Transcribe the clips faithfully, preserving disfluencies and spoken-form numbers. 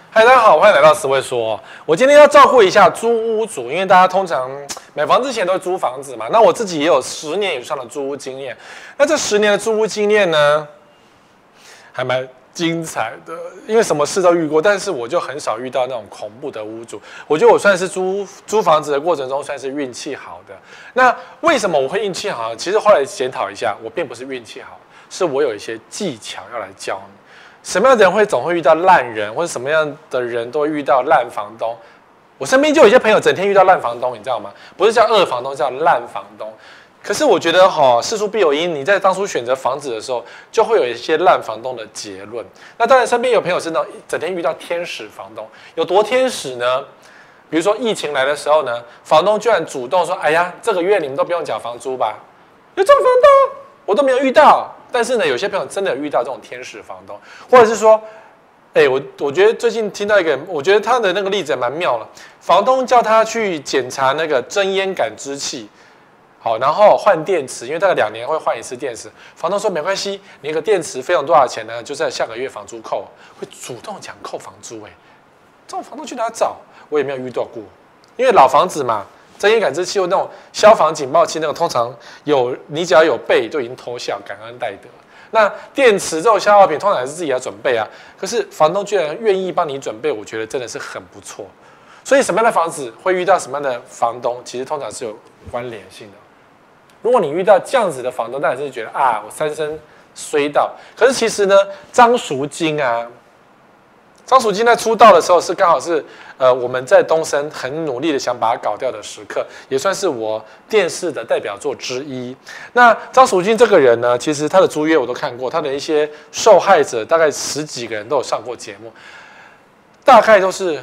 嗨，大家好，欢迎来到思维说。我今天要照顾一下租屋主，因为大家通常买房之前都会租房子嘛。那我自己也有十年以上的租屋经验。那这十年的租屋经验呢，还蛮精彩的，因为什么事都遇过，但是我就很少遇到那种恐怖的屋主。我觉得我算是租租房子的过程中算是运气好的。那为什么我会运气好？其实后来检讨一下，我并不是运气好，是我有一些技巧要来教你。什么样的人会总会遇到烂人，或者什么样的人都会遇到烂房东？我身边就有一些朋友整天遇到烂房东，你知道吗？不是叫恶房东，叫烂房东。可是我觉得哈、哦，事出必有因。你在当初选择房子的时候，就会有一些烂房东的结论。那当然，身边有朋友是那种整天遇到天使房东，有多天使呢？比如说疫情来的时候呢，房东居然主动说：“哎呀，这个月你们都不用缴房租吧？”有这种房东，我都没有遇到。但是呢，有些朋友真的有遇到这种天使房东，或者是说，哎、欸，我我觉得最近听到一个，我觉得他的那个例子也蛮妙了。房东叫他去检查那个真烟感知器，好，然后换电池，因为大概两年会换一次电池。房东说没关系，你那个电池费用多少钱呢？就在下个月房租扣，会主动讲扣房租、欸。哎，这种房东去哪找？我也没有遇到过，因为老房子嘛。真烟感知器或那种消防警报器，那种通常有你只要有备就已经偷笑，感恩戴德。那电池这种消耗品通常还是自己要准备啊。可是房东居然愿意帮你准备，我觉得真的是很不错。所以什么样的房子会遇到什么样的房东，其实通常是有关联性的。如果你遇到这样子的房东，当然是觉得啊，我三生衰到。可是其实呢，张赎金啊。张赎金在出道的时候是刚好是，呃，我们在东森很努力的想把它搞掉的时刻，也算是我电视的代表作之一。那张赎金这个人呢，其实他的租约我都看过，他的一些受害者大概十几个人都有上过节目，大概都是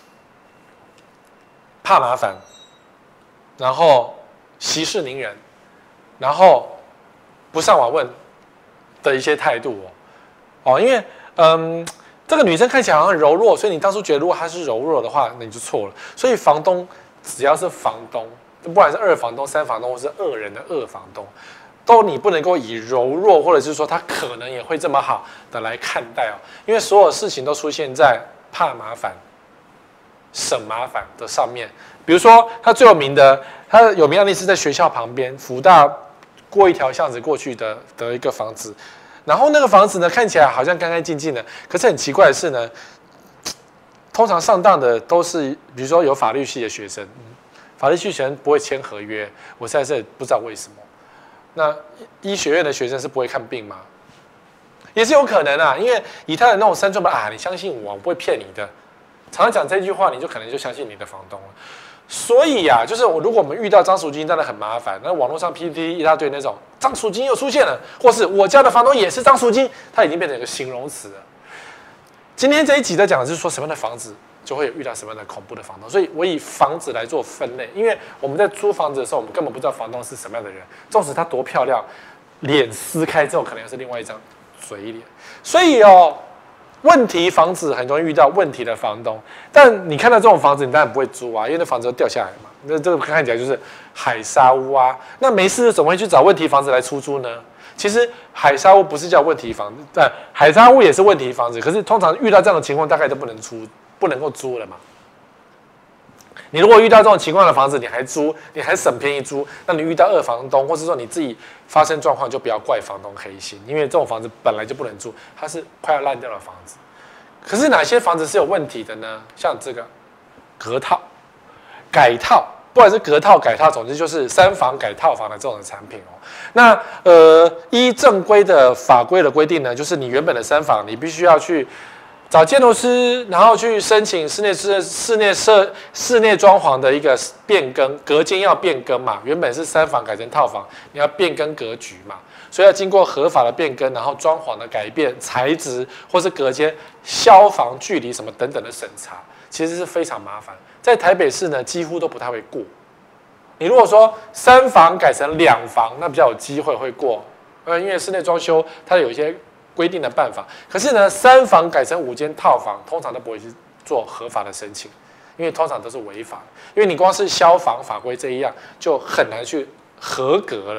怕麻烦，然后息事宁人，然后不上网问的一些态度哦，哦，因为嗯。这个女生看起来好像很柔弱，所以你当初觉得如果她是柔弱的话，那你就错了。所以房东只要是房东，不管是二房东、三房东，或是恶人的恶房东，都你不能够以柔弱，或者是说他可能也会这么好的来看待哦。因为所有事情都出现在怕麻烦、省麻烦的上面。比如说，他最有名的，他的有名案例是在学校旁边，福大过一条巷子过去的的一个房子。然后那个房子呢，看起来好像干干净净的，可是很奇怪的是呢，通常上当的都是，比如说有法律系的学生，嗯、法律系学生不会签合约，我实在是不知道为什么。那医学院的学生是不会看病吗？也是有可能啊，因为以他的那种三寸不啊，你相信我，我不会骗你的。常常讲这句话，你就可能就相信你的房东了。所以呀、啊，就是我如果我们遇到张赎金，真的很麻烦。那网络上 P P T 一大堆那种张赎金又出现了，或是我家的房东也是张赎金，它已经变成一个形容词了。今天这一集在讲的是说什么样的房子就会有遇到什么样的恐怖的房东，所以我以房子来做分类，因为我们在租房子的时候，我们根本不知道房东是什么样的人，纵使他多漂亮，脸撕开之后可能又是另外一张嘴脸，所以哦。问题房子很容易遇到问题的房东，但你看到这种房子，你当然不会租啊，因为那房子都掉下来嘛。那这个看起来就是海沙屋啊。那没事怎么会去找问题房子来出租呢？其实海沙屋不是叫问题房子，呃，海沙屋也是问题房子，可是通常遇到这样的情况，大概都不能出，不能够租了嘛。你如果遇到这种情况的房子，你还租，你还省便宜租，那你遇到二房东，或是说你自己发生状况，就不要怪房东黑心，因为这种房子本来就不能住，它是快要烂掉的房子。可是哪些房子是有问题的呢？像这个隔套、改套，不管是隔套、改套，总之就是三房改套房的这种的产品哦。那呃，依正规的法规的规定呢，就是你原本的三房，你必须要去。找建筑师，然后去申请室内室室内设室内装潢的一个变更，隔间要变更嘛，原本是三房改成套房，你要变更格局嘛，所以要经过合法的变更，然后装潢的改变、材质或是隔间、消防距离什么等等的审查，其实是非常麻烦。在台北市呢，几乎都不太会过。你如果说三房改成两房，那比较有机会会过，呃，因为室内装修它有一些。规定的办法，可是呢，三房改成五间套房，通常都不会去做合法的申请，因为通常都是违法。因为你光是消防法规这一样，就很难去合格了。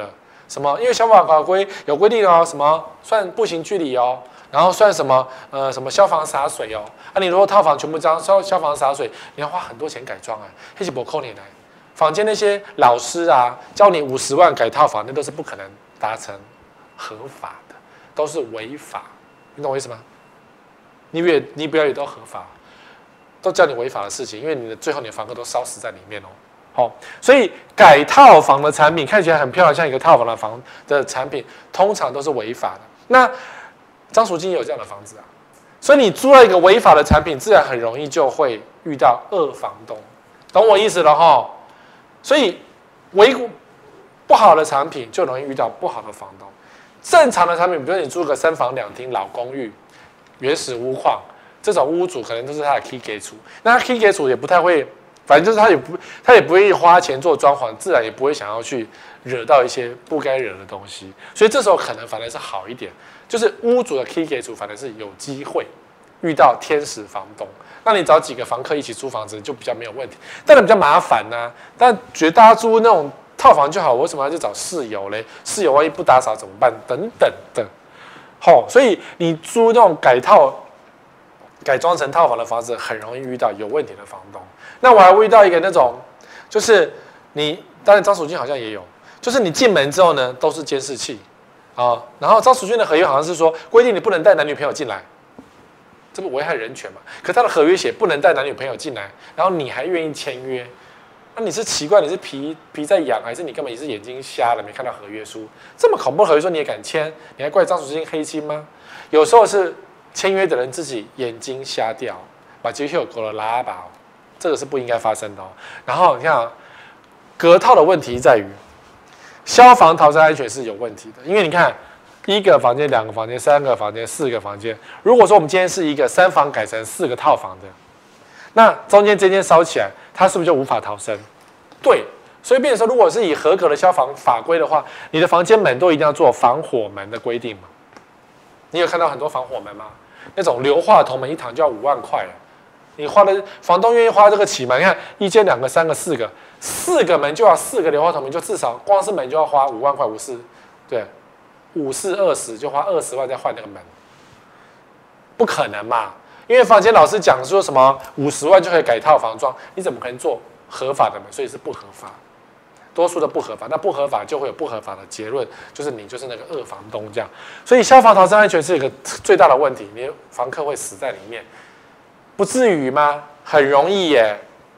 什么？因为消防法规有规定哦，什么算步行距离哦，然后算什么呃什么消防洒水哦。啊，你如果套房全部装消消防洒水，你要花很多钱改装啊，那是不扣你来。坊间那些老师啊，教你五十万改套房，那都是不可能达成合法的，都是违法。你懂我意思吗？你以为你不要以为都合法，都教你违法的事情，因为你的最后你的房客都烧死在里面哦。好，所以改套房的产品看起来很漂亮，像一个套房的房的产品，通常都是违法的。那张淑金也有这样的房子啊，所以你租了一个违法的产品，自然很容易就会遇到恶房东，懂我意思了哈？所以违不好的产品就容易遇到不好的房东。正常的产品，比如你租个三房两厅老公寓、原始屋况，这种屋主可能都是他的 key 给主，那他 key 给主也不太会。反正就是他也不，他也不愿意花钱做装潢，自然也不会想要去惹到一些不该惹的东西，所以这时候可能反而是好一点，就是屋主的 key 给主反而是有机会遇到天使房东，那你找几个房客一起租房子就比较没有问题，当然比较麻烦呐、啊。但觉得大家租那种套房就好，为什么要去找室友嘞？室友万一不打扫怎么办？等等的，好、哦，所以你租那种改套。改装成套房的房子很容易遇到有问题的房东。那我还会遇到一个那种，就是你当然张淑君好像也有，就是你进门之后呢都是监视器啊，然后张淑君的合约好像是说规定你不能带男女朋友进来，这不危害人权嘛？可他的合约写不能带男女朋友进来，然后你还愿意签约，那你是奇怪你是皮皮在痒，还是你根本也是眼睛瞎了没看到合约书？这么恐怖的合约书你也敢签？你还怪张淑君黑心吗？有时候是。签约的人自己眼睛瞎掉，把机器狗了拉把，这个是不应该发生的哦。然后你看啊，隔套的问题在于，消防逃生安全是有问题的，因为你看一个房间、两个房间、三个房间、四个房间，如果说我们今天是一个三房改成四个套房的，那中间这间烧起来，它是不是就无法逃生？对，所以变成说，如果是以合格的消防法规的话，你的房间门都一定要做防火门的规定嘛。你有看到很多防火门吗？那种硫化铜门一躺就要五万块，你花的房东愿意花这个起吗？你看一间、两个、三个、四个，四个门就要四个硫化铜门，就至少光是门就要花五万块，五四，对，五四二十就花二十万再换那个门，不可能嘛？因为房间老师讲说什么五十万就可以改套房装，你怎么可能做合法的门？所以是不合法。多数的不合法，那不合法就会有不合法的结论，就是你就是那个恶房东这样。所以消防逃生安全是一个最大的问题，你的房客会死在里面，不至于吗？很容易耶。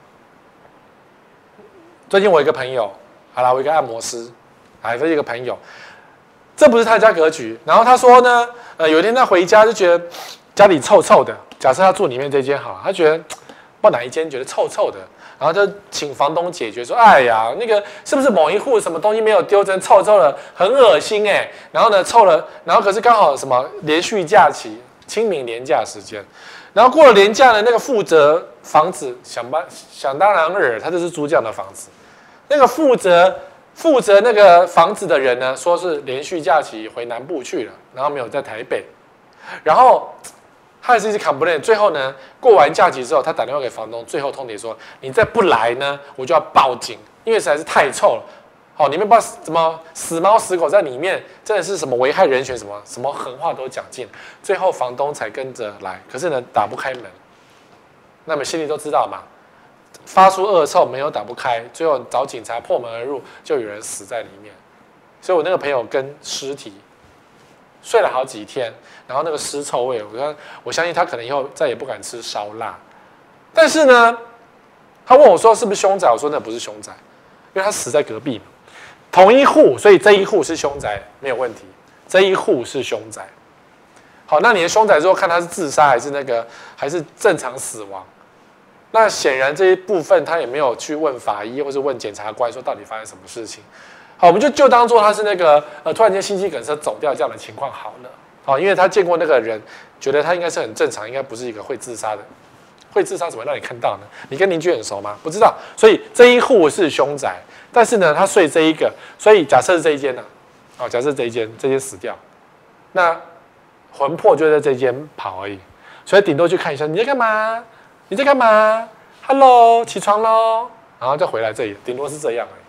最近我一个朋友，好啦，我一个按摩师，还有一个朋友，这不是他家格局。然后他说呢，呃，有一天他回家就觉得家里臭臭的，假设他住里面这间好，他觉得不知道哪一间觉得臭臭的。然后就请房东解决说，哎呀，那个是不是某一户什么东西没有丢，真臭臭的，很恶心哎、欸。然后呢，臭了，然后可是刚好什么连续假期，清明连假时间，然后过了连假呢，那个负责房子想办想当然尔，他就是租这样的房子。那个负责负责那个房子的人呢，说是连续假期回南部去了，然后没有在台北，然后。他也是一直 complain， 最后呢，过完假期之后，他打电话给房东，最后通牒说：“你再不来呢，我就要报警，因为实在是太臭了。哦，里面不知道什么死猫死狗在里面，真的是什么危害人权，什么什么狠话都讲尽。最后房东才跟着来，可是呢，打不开门。那么心里都知道嘛，发出恶臭，门又打不开，最后找警察破门而入，就有人死在里面。所以我那个朋友跟尸体。”睡了好几天，然后那个尸臭味，我说我相信他可能以后再也不敢吃烧腊。但是呢，他问我说是不是凶宅？我说那不是凶宅，因为他死在隔壁嘛，同一户，所以这一户是凶宅没有问题，这一户是凶宅。好，那你的凶宅之后看他是自杀还是那个还是正常死亡？那显然这一部分他也没有去问法医或是问检察官说到底发生什么事情。好，我们就就当做他是那个呃，突然间心肌梗塞走掉这样的情况好了。好，因为他见过那个人，觉得他应该是很正常，应该不是一个会自杀的。会自杀怎么让你看到呢？你跟邻居很熟吗？不知道。所以这一户是凶宅，但是呢，他睡这一个，所以假设是这一间呢、啊，哦，假设这一间，这间死掉，那魂魄就在这间跑而已。所以顶多去看一下，你在干嘛？你在干嘛 ？Hello， 起床喽，然后再回来这里，顶多是这样而已。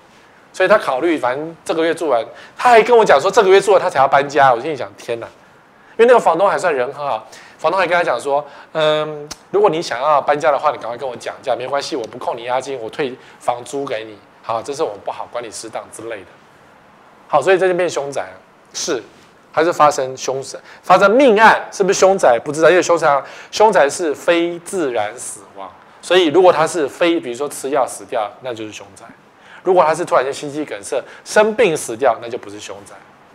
所以他考虑反正这个月住完，他还跟我讲说这个月住完他才要搬家。我心里想天哪，因为那个房东还算人很好，房东还跟他讲说，嗯，如果你想要搬家的话，你赶快跟我讲价，没关系，我不扣你押金，我退房租给你。好，这是我们不好，管理失当之类的。好，所以这就变凶宅了，是还是发生凶宅？发生命案是不是凶宅？不知道，因为凶宅凶宅是非自然死亡，所以如果他是非，比如说吃药死掉，那就是凶宅。如果他是突然间心肌梗塞生病死掉，那就不是凶宅。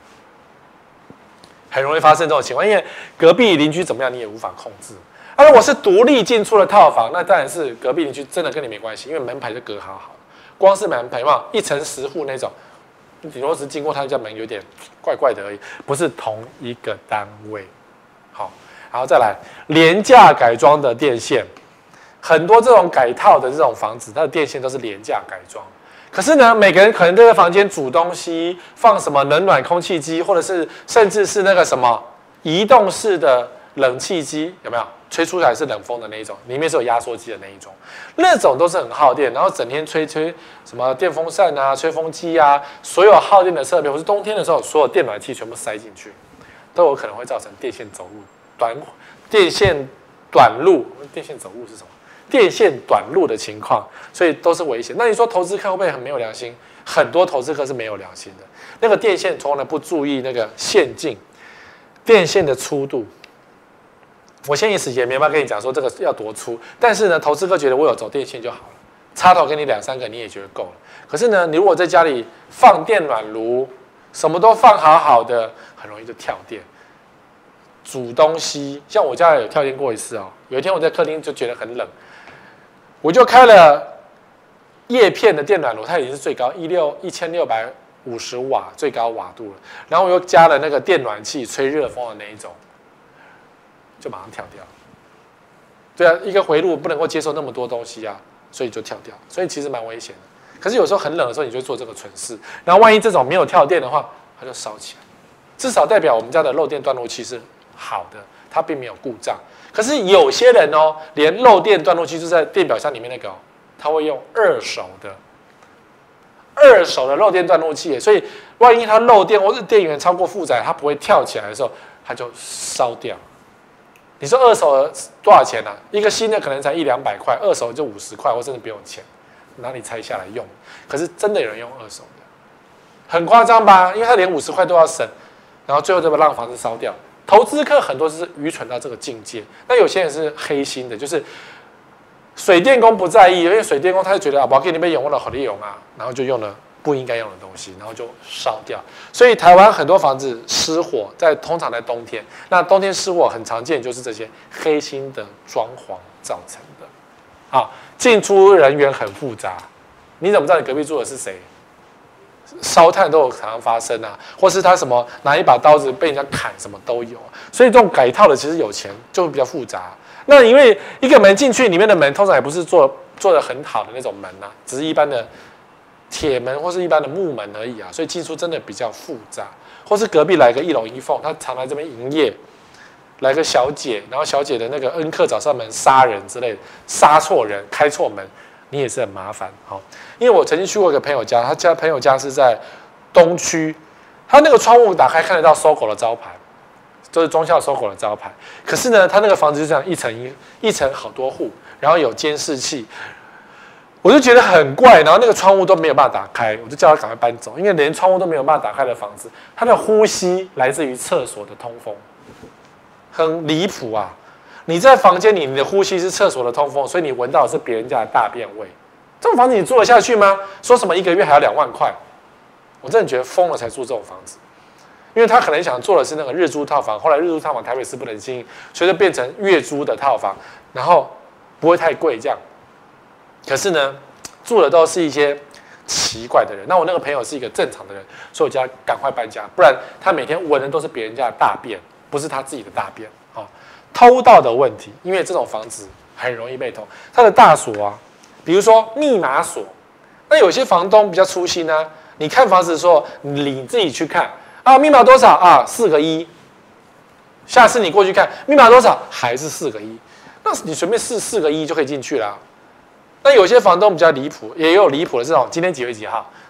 很容易发生这种情况，因为隔壁邻居怎么样，你也无法控制。啊，如果是独立进出的套房，那当然是隔壁邻居真的跟你没关系，因为门牌就隔好好。光是门牌嘛，一层十户那种，顶多是经过他家门有点怪怪的而已，不是同一个单位。好，然后再来廉价改装的电线，很多这种改套的这种房子，它的电线都是廉价改装。可是呢，每个人可能这个房间煮东西，放什么冷暖空气机，或者是甚至是那个什么移动式的冷气机，有没有？吹出来是冷风的那一种，里面是有压缩机的那一种，那种都是很耗电，然后整天吹吹什么电风扇啊、吹风机啊，所有耗电的设备，或是冬天的时候，所有电暖器全部塞进去，都有可能会造成电线走路短、电线短路、电线走路是什么？电线短路的情况，所以都是危险。那你说投资客会不会很没有良心？很多投资客是没有良心的。那个电线从来不注意那个线径、电线的粗度。我现在一时也没办法跟你讲说这个要多粗，但是呢，投资客觉得我有走电线就好了，插头给你两三个你也觉得够了。可是呢，你如果在家里放电暖炉，什么都放好好的，很容易就跳电。煮东西，像我家有跳电过一次哦。有一天我在客厅就觉得很冷。我就开了叶片的电暖炉，它已经是最高一六一千六百五十瓦最高瓦度了。然后我又加了那个电暖器吹热风的那一种，就马上跳掉。对啊，一个回路不能够接受那么多东西啊，所以就跳掉。所以其实蛮危险的。可是有时候很冷的时候，你就做这个蠢事。然后万一这种没有跳电的话，它就烧起来，至少代表我们家的漏电断路器是好的，它并没有故障。可是有些人哦，连漏电断路器就在电表箱里面那个、哦，他会用二手的、二手的漏电断路器，所以万一它漏电或是电源超过负载，它不会跳起来的时候，它就烧掉。你说二手的多少钱啊？一个新的可能才一两百块，二手就五十块，或甚至不用钱，哪里拆下来用？可是真的有人用二手的，很夸张吧？因为他连五十块都要省，然后最后就把让房子烧掉。投资客很多是愚蠢到这个境界，那有些人是黑心的，就是水电工不在意，因为水电工他就觉得啊，我给你们用了好利用啊，然后就用了不应该用的东西，然后就烧掉。所以台湾很多房子失火，在通常在冬天，那冬天失火很常见，就是这些黑心的装潢造成的。好，进出人员很复杂，你怎么知道你隔壁住的是谁？烧炭都有常常发生啊，或是他什么拿一把刀子被人家砍，什么都有。所以这种改套的其实有钱就会比较复杂。那因为一个门进去，里面的门通常也不是做做的很好的那种门啊，只是一般的铁门或是一般的木门而已啊，所以进出真的比较复杂。或是隔壁来个一龙一凤，他常来这边营业，来个小姐，然后小姐的那个恩客找上门杀人之类的，杀错人，开错门。你也是很麻烦，好，因为我曾经去过一个朋友家，他家朋友家是在东区，他那个窗户打开看得到搜狗的招牌，就是忠孝搜狗的招牌。可是呢，他那个房子就这样一层一一层好多户，然后有监视器，我就觉得很怪。然后那个窗户都没有办法打开，我就叫他赶快搬走，因为连窗户都没有办法打开的房子，他的呼吸来自于厕所的通风，很离谱啊。你在房间里，你的呼吸是厕所的通风，所以你闻到的是别人家的大便味。这种房子你住得下去吗？说什么一个月还要两万块，我真的觉得疯了才住这种房子。因为他可能想做的是那个日租套房，后来日租套房台北市不能经营，所以就变成月租的套房，然后不会太贵这样。可是呢，住的都是一些奇怪的人。那我那个朋友是一个正常的人，所以我叫他赶快搬家，不然他每天闻的都是别人家的大便，不是他自己的大便。哦，偷盗的问题，因为这种房子很容易被偷。它的大锁啊，比如说密码锁，那有些房东比较粗心啊，你看房子的时候，你自己去看啊，密码多少啊？四个一。下次你过去看，密码多少？还是四个一。那你随便试四个一就可以进去啦。那有些房东比较离谱，也有离谱的这种，今天几月几号？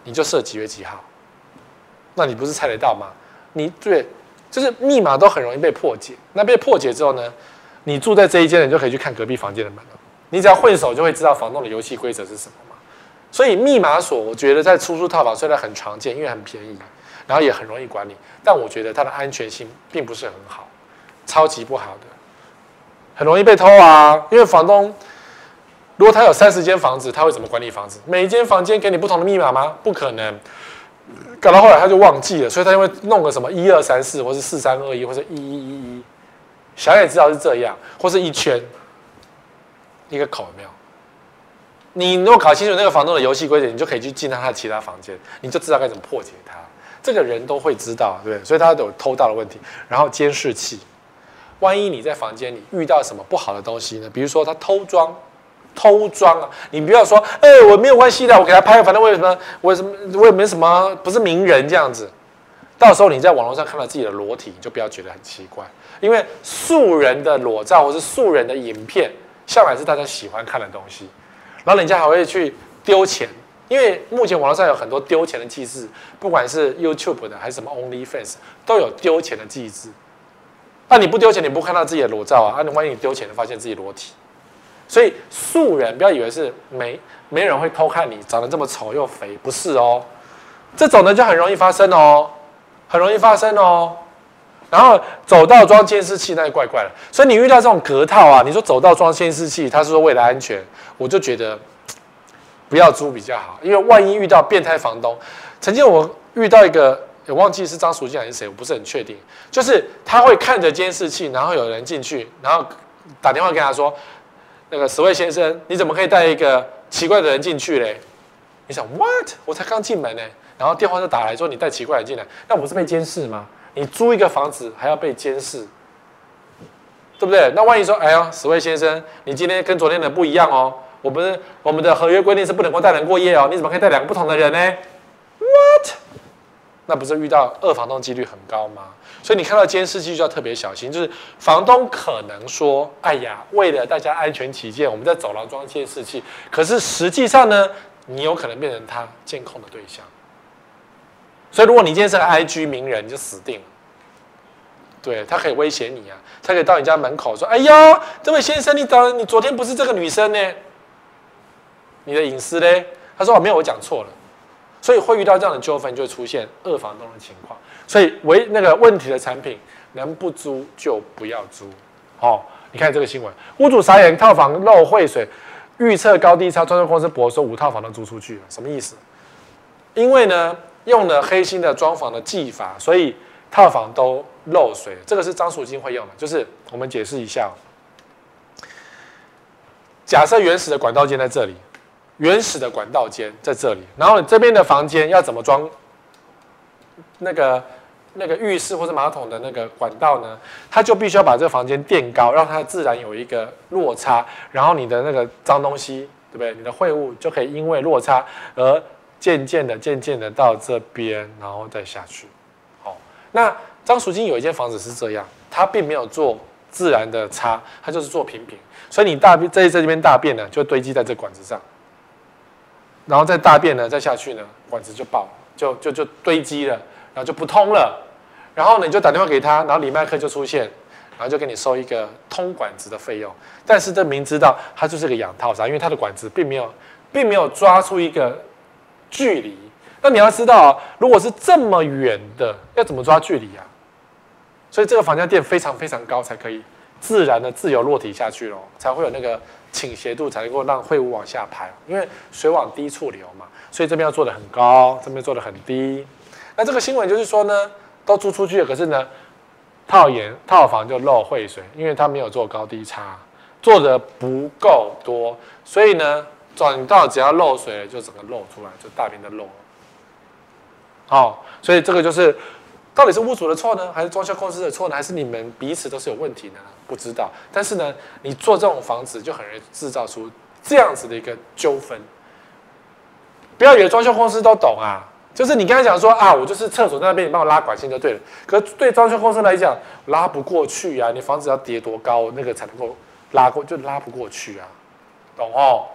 你就设几月几号，那你不是猜得到吗？你对，就是密码都很容易被破解。那被破解之后呢，你住在这一间，你就可以去看隔壁房间的门了。你只要混熟，就会知道房东的游戏规则是什么嘛。所以密码锁，我觉得在出租套房虽然很常见，因为很便宜，然后也很容易管理，但我觉得它的安全性并不是很好，超级不好的，很容易被偷啊。因为房东如果他有三十间房子，他会怎么管理房子？每一间房间给你不同的密码吗？不可能。搞到后来他就忘记了，所以他就会弄个什么一二三四，或是四三二一，或是一一一一，想也知道是这样，或是一圈一个口有没有？你如果搞清楚那个房东的游戏规则，你就可以去进到他的其他房间，你就知道该怎么破解它。这个人都会知道，对不对？所以他都有偷盗的问题。然后监视器，万一你在房间里遇到什么不好的东西呢？比如说他偷装。偷装啊！你不要说，哎、欸，我没有关系的，我给他拍，反正我有什么，我什么，我也没什么，不是名人这样子。到时候你在网络上看到自己的裸体，你就不要觉得很奇怪，因为素人的裸照或是素人的影片，向来是大家喜欢看的东西。然后人家还会去丢钱，因为目前网络上有很多丢钱的机制，不管是 YouTube 的还是什么 OnlyFans， 都有丢钱的机制。那、啊、你不丢钱，你不看到自己的裸照啊？啊，你万一你丢钱，发现自己裸体。所以素人不要以为是没没人会偷看你长得这么丑又肥，不是哦，这种呢就很容易发生哦，很容易发生哦。然后走道装监视器那就怪怪的，所以你遇到这种隔套啊，你说走道装监视器，他是说为了安全，我就觉得不要租比较好，因为万一遇到变态房东，曾经我遇到一个，我忘记是张淑静还是谁，我不是很确定，就是他会看着监视器，然后有人进去，然后打电话跟他说。那个十位先生，你怎么可以带一个奇怪的人进去嘞？你想 what？ 我才刚进门呢，然后电话就打来说你带奇怪人进来，那不是被监视吗？你租一个房子还要被监视，对不对？那万一说，哎呀，十位先生，你今天跟昨天的不一样哦，我们我们的合约规定是不能够带人过夜哦，你怎么可以带两个不同的人呢 ？What？ 那不是遇到二房东几率很高吗？所以你看到监视器就要特别小心，就是房东可能说：“哎呀，为了大家安全起见，我们在走廊装监视器。”可是实际上呢，你有可能变成他监控的对象。所以如果你今天是个 I G 名人，你就死定了。对，他可以威胁你啊，他可以到你家门口说：“哎呀，这位先生，你早你昨天不是这个女生呢？你的隐私嘞？”他说：“我没有，我讲错了。”所以会遇到这样的纠纷，就会出现二房东的情况。所以为那个问题的产品，能不租就不要租。哦，你看这个新闻，屋主傻眼，套房漏汇水，预测高低差，装修公司驳说五套房都租出去了，什么意思？因为呢，用了黑心的装潢的技法，所以套房都漏水。这个是张淑金会用的，就是我们解释一下、哦。假设原始的管道间在这里。原始的管道间在这里，然后这边的房间要怎么装那个那个浴室或者马桶的那个管道呢？它就必须要把这个房间垫高，让它自然有一个落差，然后你的那个脏东西，对不对？你的秽物就可以因为落差而渐渐的、渐渐的到这边，然后再下去。好，那张淑金有一间房子是这样，他并没有做自然的差，他就是做平平，所以你大便在这边大便呢，就堆积在这管子上。然后再大便呢，再下去呢，管子就爆，就就就堆积了，然后就不通了。然后呢，你就打电话给他，然后李麦克就出现，然后就给你收一个通管子的费用。但是这明知道他就是个养套杀，因为他的管子并没有，并没有抓出一个距离。那你要知道、哦，如果是这么远的，要怎么抓距离啊？所以这个房价垫非常非常高，才可以自然的自由落体下去咯，才会有那个。倾斜度才能够让秽物往下排，因为水往低处流嘛，所以这边要做得很高，这边做得很低。那这个新闻就是说呢，都租出去了，可是呢，套檐套房就漏汇水，因为它没有做高低差，做的不够多，所以呢，转到只要漏水了，就整个漏出来，就大便就漏了。好、哦，所以这个就是到底是屋主的错呢，还是装修公司的错呢，还是你们彼此都是有问题呢？不知道，但是呢，你做这种房子就很容易制造出这样子的一个纠纷。不要以为装修公司都懂啊，就是你刚才讲说啊，我就是厕所在那边，你帮我拉管线就对了。可是对装修公司来讲，拉不过去啊，你房子要叠多高，那个才能够拉过，就拉不过去啊，懂哦？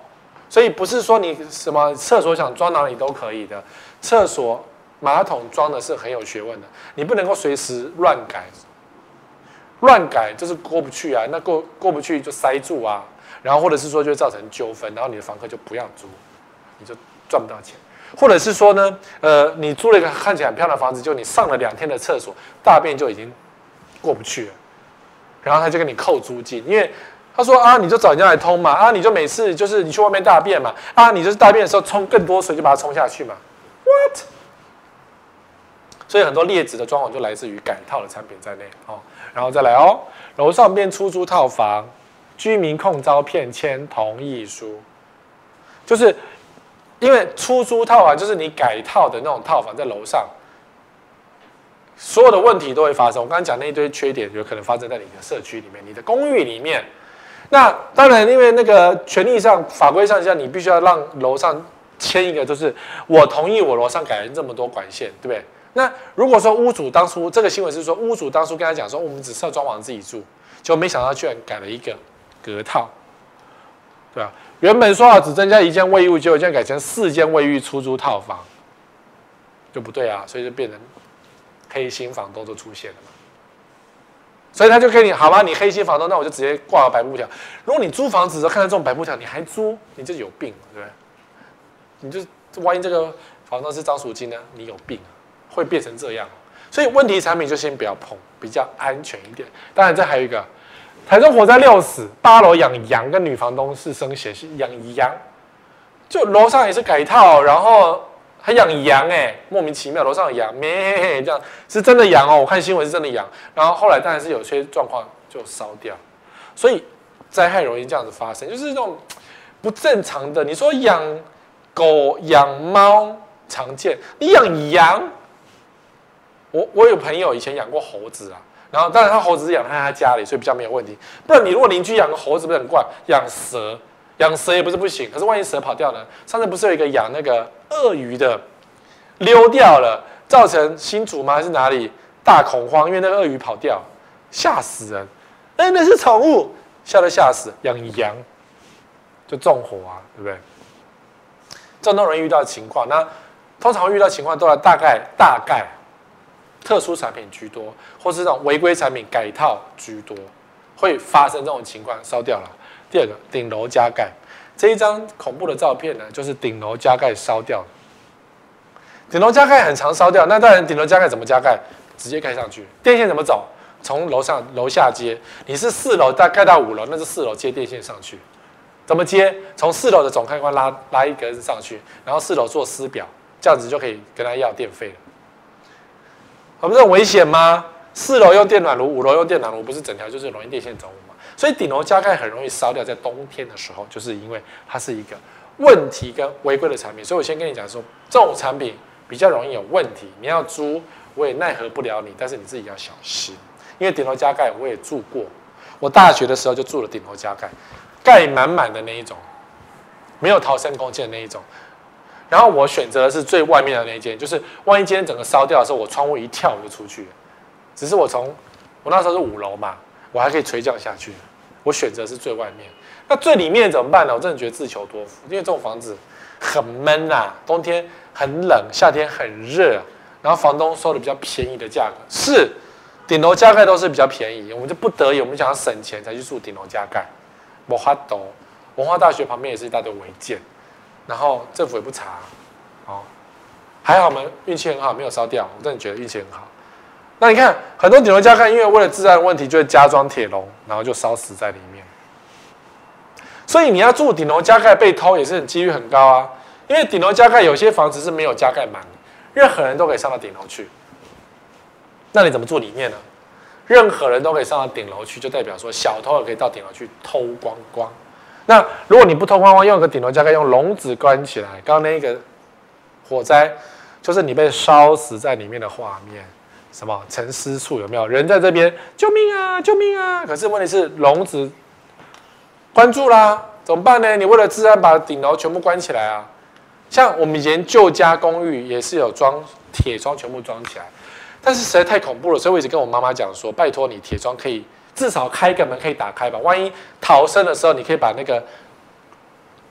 所以不是说你什么厕所想装哪里都可以的，厕所马桶装的是很有学问的，你不能够随时乱改，乱改就是过不去啊，那过过不去就塞住啊，然后或者是说就会造成纠纷，然后你的房客就不要租，你就赚不到钱。或者是说呢，呃，你租了一个看起来很漂亮的房子，就你上了两天的厕所，大便就已经过不去了，然后他就跟你扣租金，因为他说啊，你就找人家来通嘛，啊，你就每次就是你去外面大便嘛，啊，你就是大便的时候冲更多水就把它冲下去嘛 ，what？ 所以很多劣质的装潢就来自于改套的产品在内哦，然后再来哦，楼上变出租套房，居民控招骗签同意书，就是。因为出租套房就是你改套的那种套房，在楼上，所有的问题都会发生。我刚刚讲那一堆缺点，有可能发生在你的社区里面、你的公寓里面。那当然，因为那个权利上、法规上下，你必须要让楼上签一个，就是我同意我楼上改了这么多管线，对不对？那如果说屋主当初这个新闻是说，屋主当初跟他讲说，我们只是要装潢自己住，就没想到居然改了一个隔套，对吧？原本说好只增加一间卫浴，结果现在改成四间卫浴出租套房，就不对啊，所以就变成黑心房东就出现了嘛。所以他就跟你好吧，你黑心房东，那我就直接挂个白布条。如果你租房子的时候看到这种白布条，你还租，你就有病，对不对？你就万一这个房东是张赎金呢？你有病，会变成这样。所以问题产品就先不要碰，比较安全一点。当然，这还有一个。台中火灾六死，八楼养羊，跟女房东是生血，是养羊，就楼上也是改套，然后还养羊哎、欸，莫名其妙，楼上有羊咩这样是真的羊哦，我看新闻是真的羊，然后后来当然是有些状况就烧掉，所以灾害容易这样子发生，就是那种不正常的。你说养狗、养猫常见，你养羊，我我有朋友以前养过猴子啊。然后，当然他猴子是养在他家里，所以比较没有问题。不然你如果邻居养个猴子，不是很怪？养蛇，养蛇也不是不行。可是万一蛇跑掉呢？上次不是有一个养那个鳄鱼的，溜掉了，造成新竹吗？还是哪里大恐慌？因为那个鳄鱼跑掉，吓死人！哎，那是宠物，吓都吓死。养羊就纵火啊，对不对？这种容易遇到的情况，那通常会遇到情况都要大概大概。特殊产品居多，或是这种违规产品改套居多，会发生这种情况，烧掉了。第二个，顶楼加盖，这一张恐怖的照片呢，就是顶楼加盖烧掉。顶楼加盖很常烧掉，那当然顶楼加盖怎么加盖？直接盖上去。电线怎么走？从楼上楼下接。你是四楼大盖到五楼，那是四楼接电线上去。怎么接？从四楼的总开关拉拉一根上去，然后四楼做私表，这样子就可以跟他要电费了。我们这很危险吗？四楼用电暖炉，五楼用电暖炉，不是整条就是容易电线走火嘛？所以顶楼加盖很容易烧掉，在冬天的时候，就是因为它是一个问题跟违规的产品。所以我先跟你讲说，这种产品比较容易有问题。你要租，我也奈何不了你，但是你自己要小心，因为顶楼加盖我也住过，我大学的时候就住了顶楼加盖，盖满满的那一种，没有逃生空间的那一种。然后我选择的是最外面的那一间，就是万一今天整个烧掉的时候，我窗户一跳我就出去了。只是我从我那时候是五楼嘛，我还可以垂降下去。我选择是最外面，那最里面怎么办呢？我真的觉得自求多福，因为这种房子很闷啊，冬天很冷，夏天很热，然后房东收的比较便宜的价格，是顶楼加盖都是比较便宜，我们就不得已，我们想要省钱才去住顶楼加盖。没法度，文化大学旁边也是一大堆违建。然后政府也不查，哦，还好我们运气很好，没有烧掉。我真的觉得运气很好。那你看，很多顶楼加盖，因为为了治安问题，就会加装铁笼，然后就烧死在里面。所以你要住顶楼加盖被偷，也是很几率很高啊。因为顶楼加盖有些房子是没有加盖满的，任何人都可以上到顶楼去。那你怎么住里面呢？任何人都可以上到顶楼去，就代表说小偷也可以到顶楼去偷光光。那如果你不偷光光，用个顶楼加盖，用笼子关起来，刚刚那个火灾就是你被烧死在里面的画面。什么沉尸处有没有人在这边？救命啊！救命啊！可是问题是笼子关住啦，怎么办呢？你为了治安把顶楼全部关起来啊！像我们以前旧家公寓也是有装铁窗，全部装起来，但是实在太恐怖了，所以我一直跟我妈妈讲说，拜托你铁窗可以至少开个门可以打开吧，万一逃生的时候，你可以把那个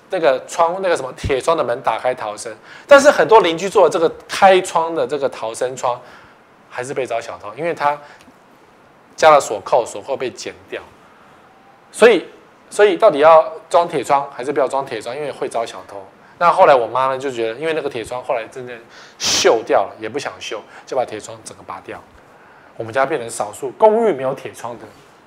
那个窗那个什么铁窗的门打开逃生，但是很多邻居做的这个开窗的这个逃生窗，还是被遭小偷，因为他加了锁扣，锁扣被剪掉，所以所以到底要装铁窗还是不要装铁窗？因为会遭小偷。那后来我妈呢就觉得，因为那个铁窗后来真的锈掉了，也不想修，就把铁窗整个拔掉。我们家变成少数公寓没有铁窗的。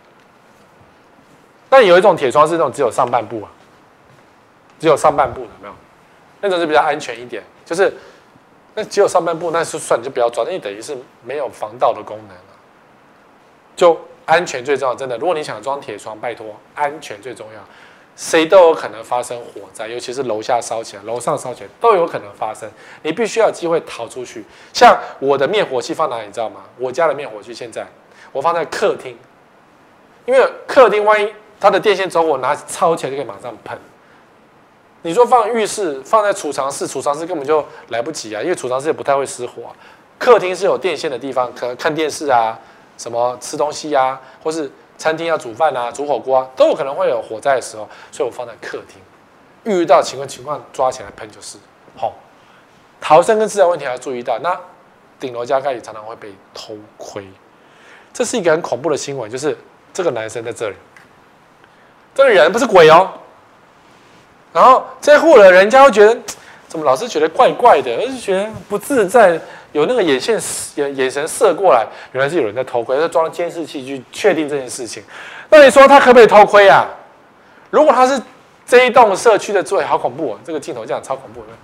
但有一种铁窗是那种只有上半部啊。只有上半部的有没有？那种是比较安全一点，就是那只有上半部，那就算你就不要装，那你等于是没有防盗的功能了。就安全最重要，真的。如果你想装铁窗，拜托，安全最重要。谁都有可能发生火灾，尤其是楼下烧起来、楼上烧起来都有可能发生。你必须要有机会逃出去。像我的灭火器放哪里，你知道吗？我家的灭火器现在我放在客厅，因为客厅万一它的电线走火，拿抄起来就可以马上喷。你说放浴室，放在储藏室，储藏室根本就来不及啊，因为储藏室也不太会失火、啊。客厅是有电线的地方，可能看电视啊，什么吃东西啊，或是餐厅要煮饭啊、煮火锅啊，都有可能会有火灾的时候，所以我放在客厅。遇到情况情况抓起来喷就是。好、哦，逃生跟自燃问题还要注意到。那顶楼加盖也常常会被偷窥，这是一个很恐怖的新闻，就是这个男生在这里，这个人不是鬼哦。然后这户的人家会觉得，怎么老是觉得怪怪的，而是觉得不自在，有那个眼线眼眼神射过来，原来是有人在偷窥，他装了监视器去确定这件事情。那你说他可不可以偷窥啊？如果他是这一栋社区的最好恐怖、哦，这个镜头这样超恐怖的，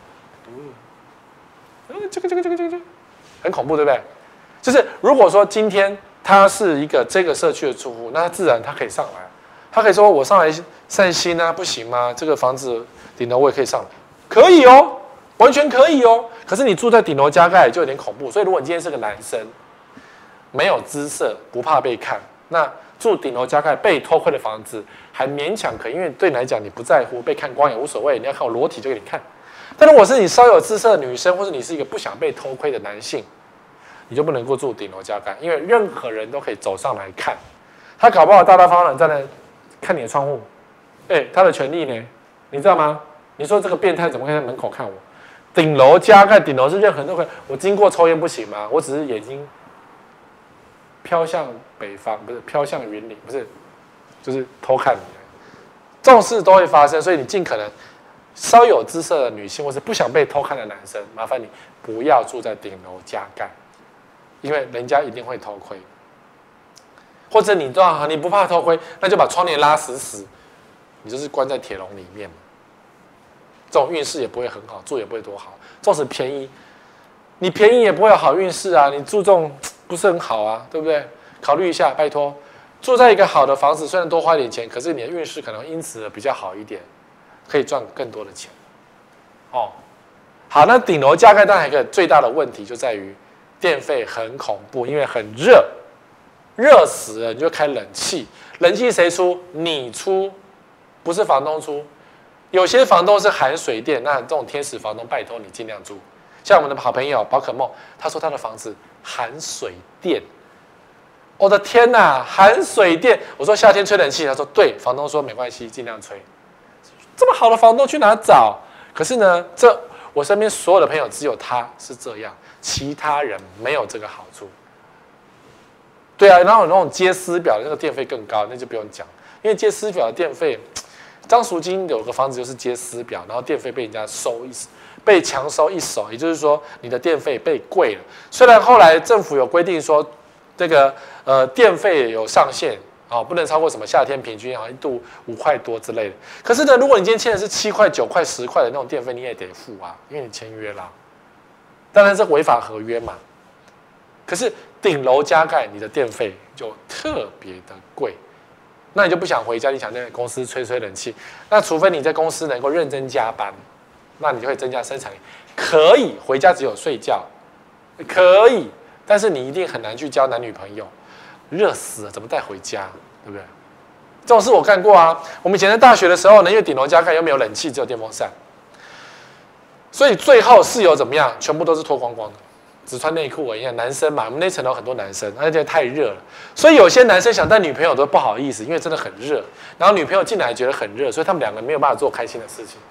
嗯，这个这个这个这个很恐怖，对不对？就是如果说今天他是一个这个社区的住户，那他自然他可以上来。他可以说：“我上来散心啊，不行吗？这个房子顶楼我也可以上来，可以哦，完全可以哦。可是你住在顶楼加盖就有点恐怖。所以如果你今天是个男生，没有姿色，不怕被看，那住顶楼加盖被偷窥的房子还勉强可以，因为对你来讲你不在乎被看光也无所谓，你要看我裸体就给你看。但如果是你稍有姿色的女生，或者你是一个不想被偷窥的男性，你就不能够住顶楼加盖，因为任何人都可以走上来看，他搞不好大大方方站在。”看你的窗户，哎、欸，他的权利呢？你知道吗？你说这个变态怎么会在门口看我？顶楼加盖，顶楼是任何人都可以。我经过抽烟不行吗？我只是眼睛飘向北方，不是飘向云岭，不是，就是偷看你。这种事都会发生，所以你尽可能稍有姿色的女性，或是不想被偷看的男生，麻烦你不要住在顶楼加盖，因为人家一定会偷窥。或者你啊，你不怕偷窥，那就把窗帘拉死死，你就是关在铁笼里面嘛。这种运势也不会很好，住也不会多好。纵使便宜，你便宜也不会有好运势啊。你住这种不是很好啊，对不对？考虑一下，拜托，住在一个好的房子，虽然多花点钱，可是你的运势可能因此比较好一点，可以赚更多的钱。哦，好，那顶楼加盖当然还有一个最大的问题就在于电费很恐怖，因为很热。热死了，你就开冷气，冷气谁出？你出，不是房东出。有些房东是含水电，那这种天使房东，拜托你尽量住。像我们的好朋友宝可梦，他说他的房子含水电。我的天哪，含水电！我说夏天吹冷气，他说对，房东说没关系，尽量吹。这么好的房东去哪找？可是呢，这我身边所有的朋友只有他是这样，其他人没有这个好处。对啊，然后有那种接私表的那个电费更高，那就不用讲，因为接私表的电费，张淑金有个房子就是接私表，然后电费被人家收一，被强收一手，也就是说你的电费被贵了。虽然后来政府有规定说，这个呃电费有上限啊、哦，不能超过什么夏天平均好像一度五块多之类的。可是呢，如果你今天签的是七块、九块、十块的那种电费，你也得付啊，因为你签约啦。当然是违反合约嘛。可是顶楼加盖，你的电费就特别的贵，那你就不想回家，你想在公司吹吹冷气，那除非你在公司能够认真加班，那你就会增加生产力，可以回家只有睡觉，可以，但是你一定很难去交男女朋友，热死了，怎么带回家，对不对？这种事我干过啊，我们以前在大学的时候呢，因为顶楼加盖又没有冷气，只有电风扇，所以最后室友怎么样，全部都是脱光光的。只穿内裤而已，男生嘛，我们那层楼很多男生，而且太热了，所以有些男生想带女朋友都不好意思，因为真的很热。然后女朋友进来觉得很热，所以他们两个没有办法做开心的事情。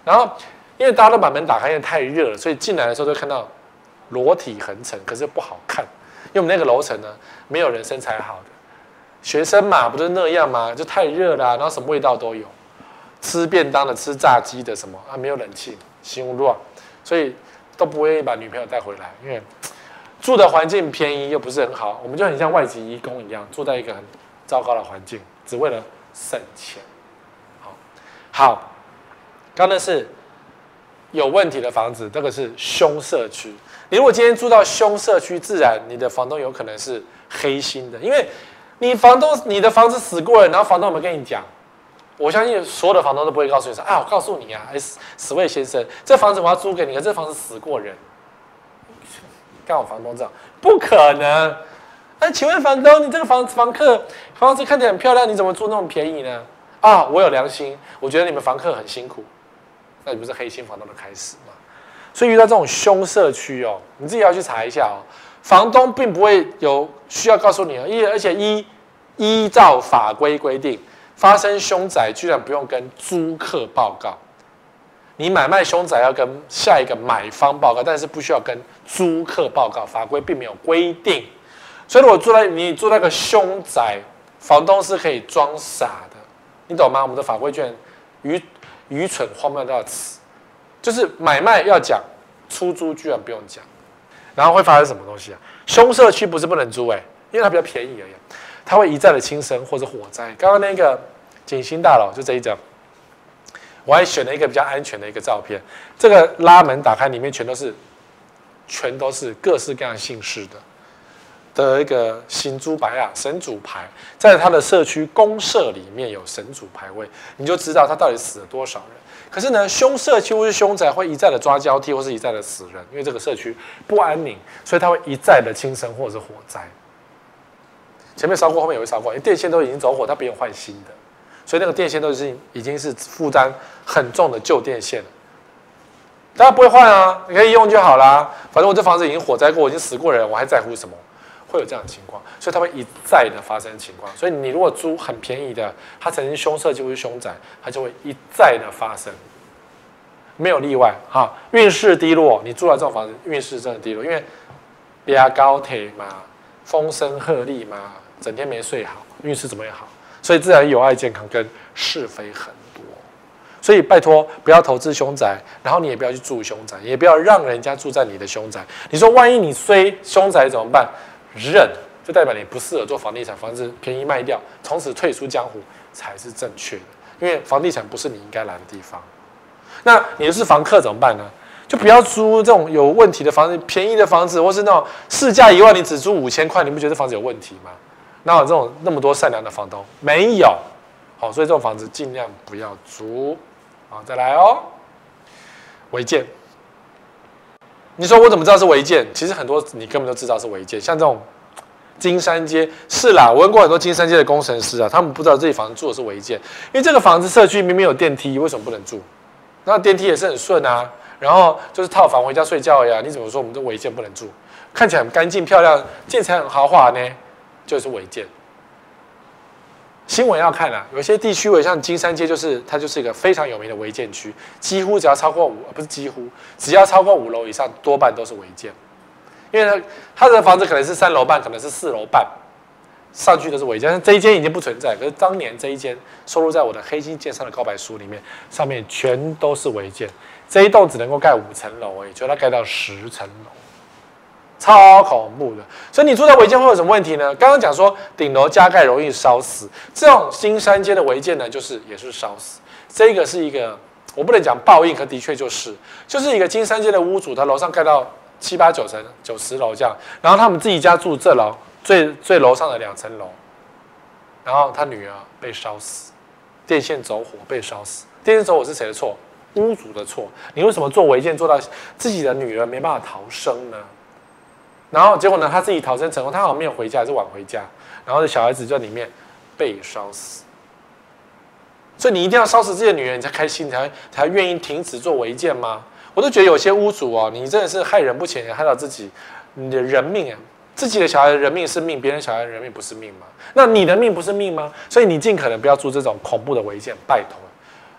然后因为大家都把门打开，因为太热了，所以进来的时候都看到裸体横陈，可是不好看。因为我们那个楼层呢，没有人身材好的，学生嘛，不就是那样吗？就太热啦、啊，然后什么味道都有，吃便当的、吃炸鸡的什么啊，没有冷气，心乱，所以都不愿意把女朋友带回来，因为住的环境便宜又不是很好，我们就很像外籍移工一样，住在一个很糟糕的环境，只为了省钱。好，好，刚才是有问题的房子，这个是凶社区。你如果今天住到凶社区，自然你的房东有可能是黑心的，因为你房东你的房子死过了，然后房东有没有跟你讲？我相信所有的房东都不会告诉你说啊，我告诉你啊，哎，死位先生，这房子我要租给你，可这房子死过人，干我房东这样？不可能。那请问房东，你这个房房客房子看起来很漂亮，你怎么租那么便宜呢？啊，我有良心，我觉得你们房客很辛苦，那你不是黑心房东的开始吗？所以遇到这种凶社区哦，你自己要去查一下哦。房东并不会有需要告诉你哦，依而且依依照法规规定，发生凶宅居然不用跟租客报告，你买卖凶宅要跟下一个买方报告，但是不需要跟租客报告，法规并没有规定。所以如果住在你住在个凶宅，房东是可以装傻的，你懂吗？我们的法规居然愚愚蠢荒谬到此。就是买卖要讲，出租居然不用讲，然后会发生什么东西啊？凶社区不是不能租哎、欸，因为它比较便宜而已，它会一再的轻生或者火灾。刚刚那个景星大楼就这一张，我还选了一个比较安全的一个照片。这个拉门打开，里面全都是全都是各式各样姓氏的的一个行猪牌啊神主牌，在它的社区公社里面有神主牌位，你就知道它到底死了多少人。可是呢，凶社区或是凶宅会一再的抓交替，或是一再的死人，因为这个社区不安宁，所以它会一再的轻生或者是火灾。前面烧过，后面也会烧过，因为电线都已经走火，它不用换新的，所以那个电线都是已经是负担很重的旧电线了。大家不会换啊，你可以用就好啦。反正我这房子已经火灾过，我已经死过人，我还在乎什么？会有这样的情况，所以它会一再的发生情况。所以你如果租很便宜的，它曾经凶社区或是凶宅，它就会一再的发生，没有例外哈。运势低落，你住了这种房子，运势真的低落，因为压高铁嘛，风声鹤唳嘛，整天没睡好，运势怎么会好？所以自然有碍健康跟是非很多。所以拜托不要投资凶宅，然后你也不要去住凶宅，也不要让人家住在你的凶宅。你说万一你衰凶宅怎么办？认就代表你不适合做房地产，房子便宜卖掉，从此退出江湖才是正确的。因为房地产不是你应该来的地方。那你是房客怎么办呢？就不要租这种有问题的房子，便宜的房子，或是那种市价一万你只租五千块，你不觉得房子有问题吗？哪有这种那么多善良的房东？没有。好，所以这种房子尽量不要租。好，再来哦，违建。你说我怎么知道是违建？其实很多你根本就知道是违建，像这种金山街是啦，我问过很多金山街的工程师啊，他们不知道这己房子住的是违建，因为这个房子社区明明有电梯，为什么不能住？那电梯也是很顺啊，然后就是套房回家睡觉呀，你怎么说我们这违建不能住？看起来很干净漂亮，建材很豪华呢，就是违建。新闻要看啊，有些地区，像金山街，就是它就是一个非常有名的违建区，几乎只要超过五，不是几乎，只要超过五楼以上，多半都是违建。因为它的房子可能是三楼半，可能是四楼半，上去都是违建。但这一间已经不存在，可是当年这一间收录在我的黑金建商的告白书里面，上面全都是违建。这一栋只能够盖五层楼而已，就它盖到十层楼。超恐怖的，所以你住在违建会有什么问题呢？刚刚讲说顶楼加盖容易烧死，这种金山街的违建呢，就是也是烧死。这个是一个我不能讲报应，可的确就是，就是一个金山街的屋主，他楼上盖到七八九层、九十楼这样，然后他们自己家住这楼最最楼上的两层楼，然后他女儿被烧死，电线走火被烧死。电线走火是谁的错？屋主的错。你为什么做违建做到自己的女儿没办法逃生呢？然后结果呢？他自己逃生成功，他好像没有回家，还是晚回家。然后小孩子就在里面被烧死。所以你一定要烧死自己的女人，你才开心，才才愿意停止做违建吗？我都觉得有些屋主哦，你真的是害人不浅，也害到自己，你的人命啊，自己的小孩的人命是命，别人小孩的人命不是命吗？那你的命不是命吗？所以你尽可能不要做这种恐怖的违建，拜托。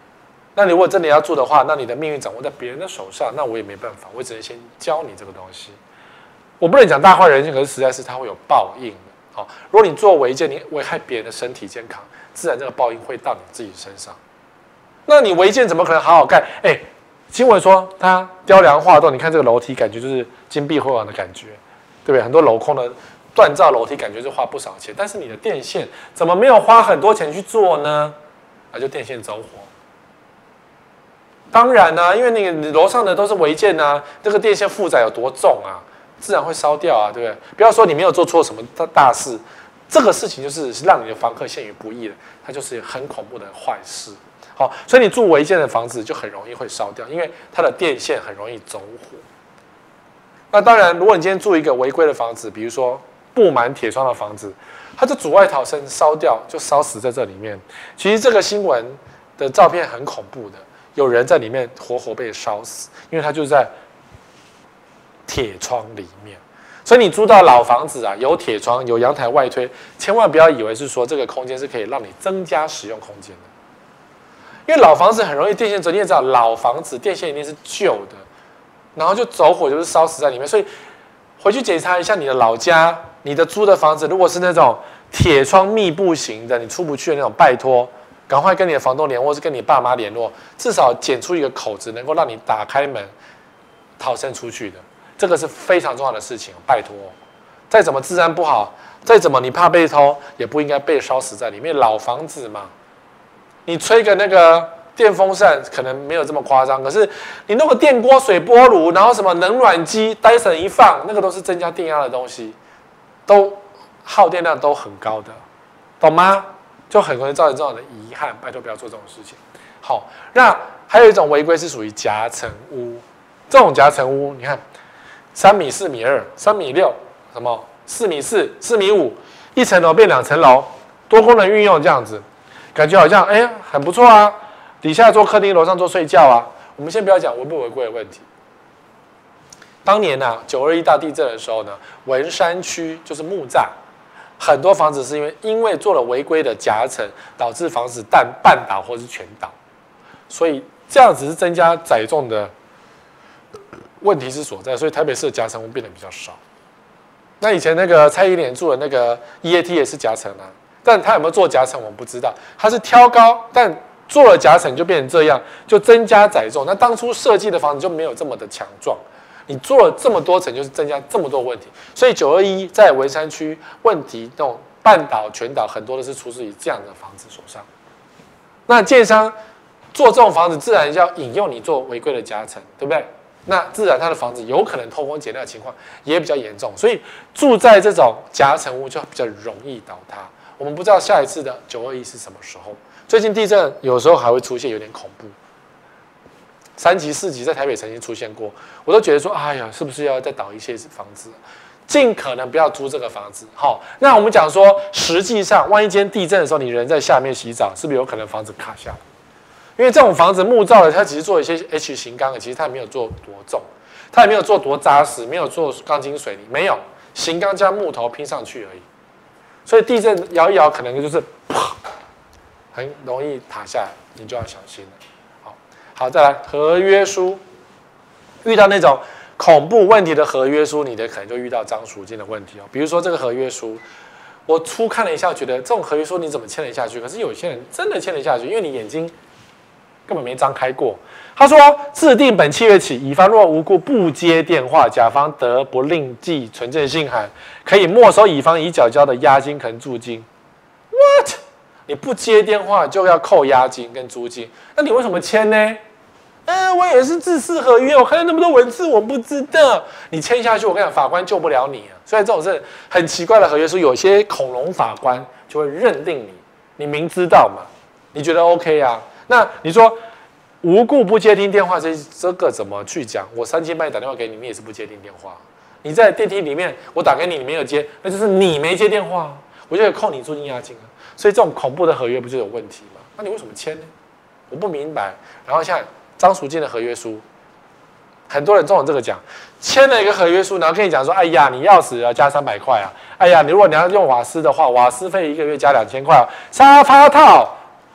那你如果真的要住的话，那你的命运掌握在别人的手上，那我也没办法，我只能先教你这个东西。我不能讲大坏人性，可是实在是它会有报应的。好，如果你做违建，你危害别人的身体健康，自然这个报应会到你自己身上。那你违建怎么可能好好盖？哎，新闻说它雕梁画栋，你看这个楼梯，感觉就是金碧辉煌的感觉，对不对？很多镂空的锻造楼梯，感觉是花不少钱，但是你的电线怎么没有花很多钱去做呢？那就电线走火。当然啊，因为那个楼上的都是违建啊，这个电线负载有多重啊，自然会烧掉啊，对不对？不要说你没有做错什么大事，这个事情就是让你的房客陷于不义的，它就是很恐怖的坏事。好，所以你住违建的房子就很容易会烧掉，因为它的电线很容易走火。那当然，如果你今天住一个违规的房子，比如说布满铁窗的房子，它就阻碍逃生，烧掉就烧死在这里面。其实这个新闻的照片很恐怖的，有人在里面活活被烧死，因为他就在铁窗里面。所以你租到老房子啊，有铁窗，有阳台外推，千万不要以为是说这个空间是可以让你增加使用空间的。因为老房子很容易电线走，你也知道，老房子电线一定是旧的，然后就走火，就是烧死在里面。所以回去检查一下你的老家，你的租的房子，如果是那种铁窗密布型的，你出不去的那种，拜托，赶快跟你的房东联络，或是跟你爸妈联络，至少剪出一个口子，能够让你打开门逃生出去的。这个是非常重要的事情，拜托。再怎么治安不好，再怎么你怕被偷，也不应该被烧死在里面。老房子嘛。你吹个那个电风扇可能没有这么夸张，可是你弄个电锅、水波炉，然后什么冷暖机、戴森一放，那个都是增加电压的东西，都耗电量都很高的，懂吗？就很容易造成这样的遗憾。拜托不要做这种事情。好，那还有一种违规是属于夹层屋，这种夹层屋，你看三米、四米二、三米六，什么四米四、四米五，一层楼变两层楼，多功能运用这样子。感觉好像哎、欸、很不错啊，底下做客厅，楼上做睡觉啊。我们先不要讲违不违规的问题。当年呢、啊，九二一大地震的时候呢，文山区就是木栅，很多房子是因为因为做了违规的夹层，导致房子半半倒或是全倒，所以这样子是增加载重的问题是所在，所以台北市的夹层屋变得比较少。那以前那个蔡依林住的那个 E A T 也是夹层啊。但他有没有做夹层，我们不知道。他是挑高，但做了夹层就变成这样，就增加载重。那当初设计的房子就没有这么的强壮，你做了这么多层，就是增加这么多问题。所以九二一在文山区问题那种半岛、全岛很多都是出自于这样的房子手上。那建商做这种房子，自然要引诱你做违规的夹层，对不对？那自然他的房子有可能偷工减料的情况也比较严重，所以住在这种夹层屋就比较容易倒塌。我们不知道下一次的九二一是什么时候。最近地震有时候还会出现有点恐怖，三级、四级在台北曾经出现过，我都觉得说，哎呀，是不是要再倒一些房子？尽可能不要租这个房子。好，那我们讲说，实际上，万一今天地震的时候，你人在下面洗澡，是不是有可能房子卡下来？因为这种房子木造的，它只是做一些 H 型钢的，其实它也没有做多重，它也没有做多扎实，没有做钢筋水泥，没有型钢加木头拼上去而已。所以地震摇一摇，可能就是很容易塌下来，你就要小心了。好，好，再来合约书，遇到那种恐怖问题的合约书，你的可能就遇到张赎金的问题哦。比如说这个合约书，我初看了一下，觉得这种合约书你怎么签得下去？可是有些人真的签得下去，因为你眼睛根本没张开过。他说，自定本契约起，乙方若无故不接电话，甲方得不另寄存证信函，可以没收乙方已缴交的押金跟租金。What？ 你不接电话就要扣押金跟租金，那你为什么签呢？嗯，我也是自式合约，我看到那么多文字，我不知道。你签下去，我跟你讲，法官救不了你啊。所以这种是很奇怪的合约书，有些恐龙法官就会认定你，你明知道嘛，你觉得 OK 啊？那你说无故不接听电话，这这个怎么去讲？我三更半夜打电话给你，你也是不接听电话。你在电梯里面，我打给你，你没有接，那就是你没接电话，我就得扣你租金押金啊。所以这种恐怖的合约不就有问题吗？那你为什么签呢？我不明白。然后像张赎金的合约书，很多人中了这个奖，签了一个合约书，然后跟你讲说，哎呀，你钥匙要加三百块啊，哎呀，你如果你要用瓦斯的话，瓦斯费一个月加两千块啊，沙发套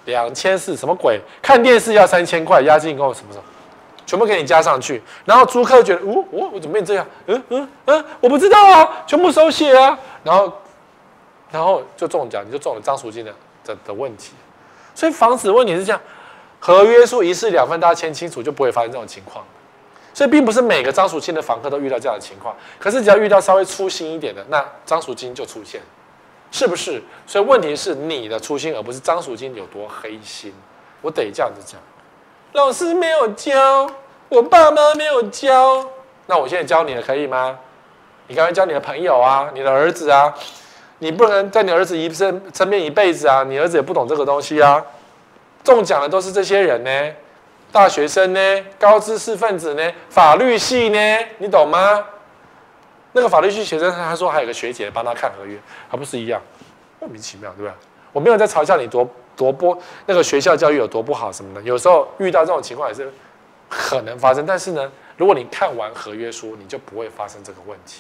两千四，什么鬼？看电视要三千块，押金跟我什么什么，全部给你加上去。然后租客觉得，哦，我我怎么变这样？嗯嗯嗯，我不知道啊，全部手写啊。然后，然后就中奖，你就中了张赎金的的的问题。所以房子的问题是这样，合约书一式两份，大家签清楚，就不会发生这种情况。所以并不是每个张赎金的房客都遇到这样的情况，可是只要遇到稍微粗心一点的，那张赎金就出现，是不是？所以问题是你的粗心，而不是张赎金有多黑心。我得这样子讲，老师没有教，我爸妈没有教，那我现在教你了，可以吗？你赶快教你的朋友啊，你的儿子啊，你不能在你儿子一生身边一辈子啊，你儿子也不懂这个东西啊。中奖的都是这些人呢。大学生呢，高知识分子呢，法律系呢，你懂吗？那个法律系学生他说还有个学姐帮他看合约，还不是一样，莫名其妙，对吧？我没有在嘲笑你多多不那个学校教育有多不好什么的，有时候遇到这种情况也是可能发生，但是呢，如果你看完合约书，你就不会发生这个问题。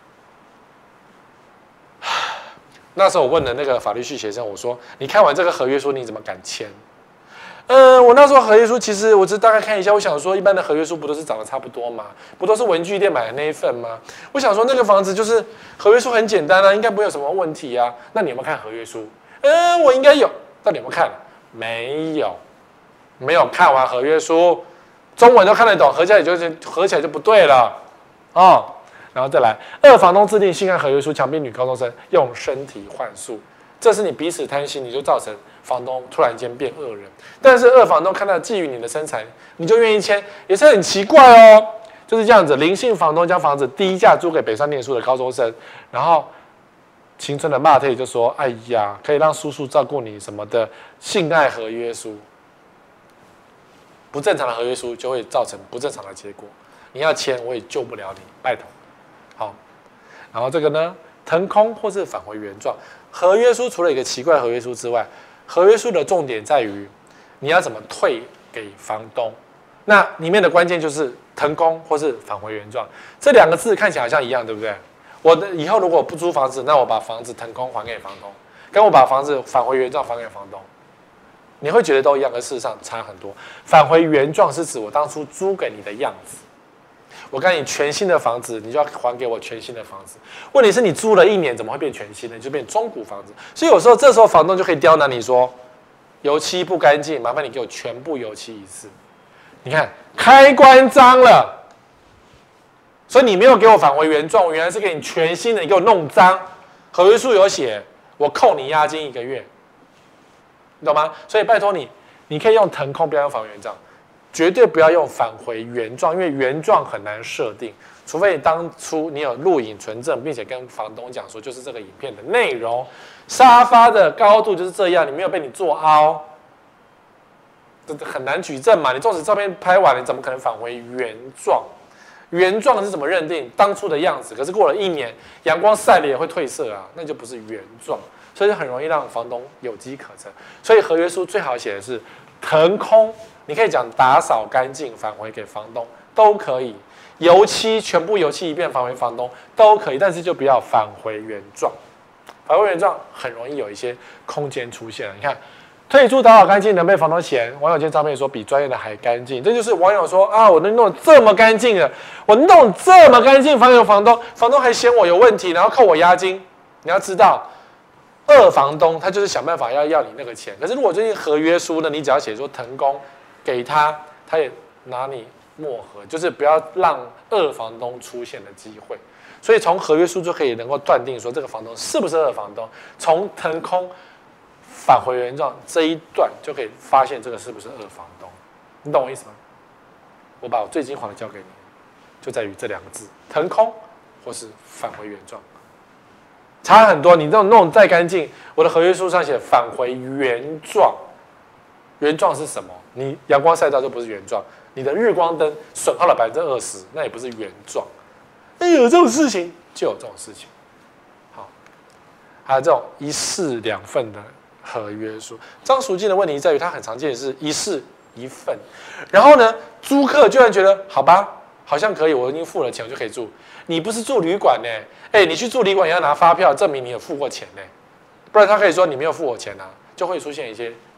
那时候我问了那个法律系学生，我说：“你看完这个合约书，你怎么敢签？”嗯、呃，我那时候合约书其实我只大概看一下，我想说一般的合约书不都是长得差不多吗？不都是文具店买的那一份吗？我想说那个房子就是合约书很简单啊，应该不会有什么问题啊。那你有没有看合约书？嗯、呃，我应该有，到底有没有看？没有，没有看完合约书，中文都看得懂，合起来就是合起来就不对了哦。然后再来，二房东制定性爱合约书，强逼女高中生用身体换宿，这是你彼此贪心，你就造成房东突然间变恶人。但是二房东看到觊觎你的身材，你就愿意签，也是很奇怪哦。就是这样子，林姓房东将房子低价租给北上念书的高中生，然后青春的骂他就说：“哎呀，可以让叔叔照顾你什么的性爱合约书，不正常的合约书就会造成不正常的结果。你要签，我也救不了你，拜托。”好，然后这个呢，腾空或是返回原状。合约书除了一个奇怪合约书之外，合约书的重点在于你要怎么退给房东。那里面的关键就是腾空或是返回原状，这两个字看起来好像一样，对不对？我的以后如果不租房子，那我把房子腾空还给房东，跟我把房子返回原状还给房东，你会觉得都一样，而事实上差很多。返回原状是指我当初租给你的样子。我给你全新的房子，你就要还给我全新的房子。问题是你租了一年，怎么会变全新呢？就变中古房子。所以有时候这时候房东就可以刁难你说，油漆不干净，麻烦你给我全部油漆一次。你看开关脏了，所以你没有给我返回原状，我原来是给你全新的，你给我弄脏。合约书有写，我扣你押金一个月，你懂吗？所以拜托你，你可以用腾空，不要用返回原状。绝对不要用返回原状，因为原状很难设定，除非你当初你有录影存证，并且跟房东讲说，就是这个影片的内容，沙发的高度就是这样，你没有被你做凹，这很难举证嘛。你纵使照片拍完了，你怎么可能返回原状？原状是怎么认定？当初的样子，可是过了一年，阳光晒了也会褪色啊，那就不是原状，所以就很容易让房东有机可乘。所以合约书最好写的是腾空。你可以讲打扫干净返回给房东都可以，油漆全部油漆一遍返回房东都可以，但是就不要返回原状。返回原状很容易有一些空间出现了。你看，退租打扫干净能被房东嫌，网友间照片说比专业的还干净，这就是网友说啊，我能弄得这么干净的，我弄这么干净，还给房东，房东还嫌我有问题，然后扣我押金。你要知道。二房东他就是想办法要要你那个钱，可是如果最近合约书呢，你只要写说腾空给他，他也拿你磨合，就是不要让二房东出现的机会。所以从合约书就可以能够断定说这个房东是不是二房东，从腾空返回原状这一段就可以发现这个是不是二房东。你懂我意思吗？我把我最精华的交给你，就在于这两个字：腾空或是返回原状。差很多，你这种弄再干净，我的合约书上写返回原状，原状是什么？你阳光晒到就不是原状，你的日光灯损耗了百分之二十，那也不是原状。那有这种事情，就有这种事情。好，还有这种一式两份的合约书，张赎金的问题在于它很常见的是一式一份，然后呢，租客居然觉得好吧，好像可以，我已经付了钱，我就可以住。你不是住旅馆呢？哎、欸，你去住旅馆也要拿发票证明你有付过钱呢，不然他可以说你没有付我钱啊，就会出现一些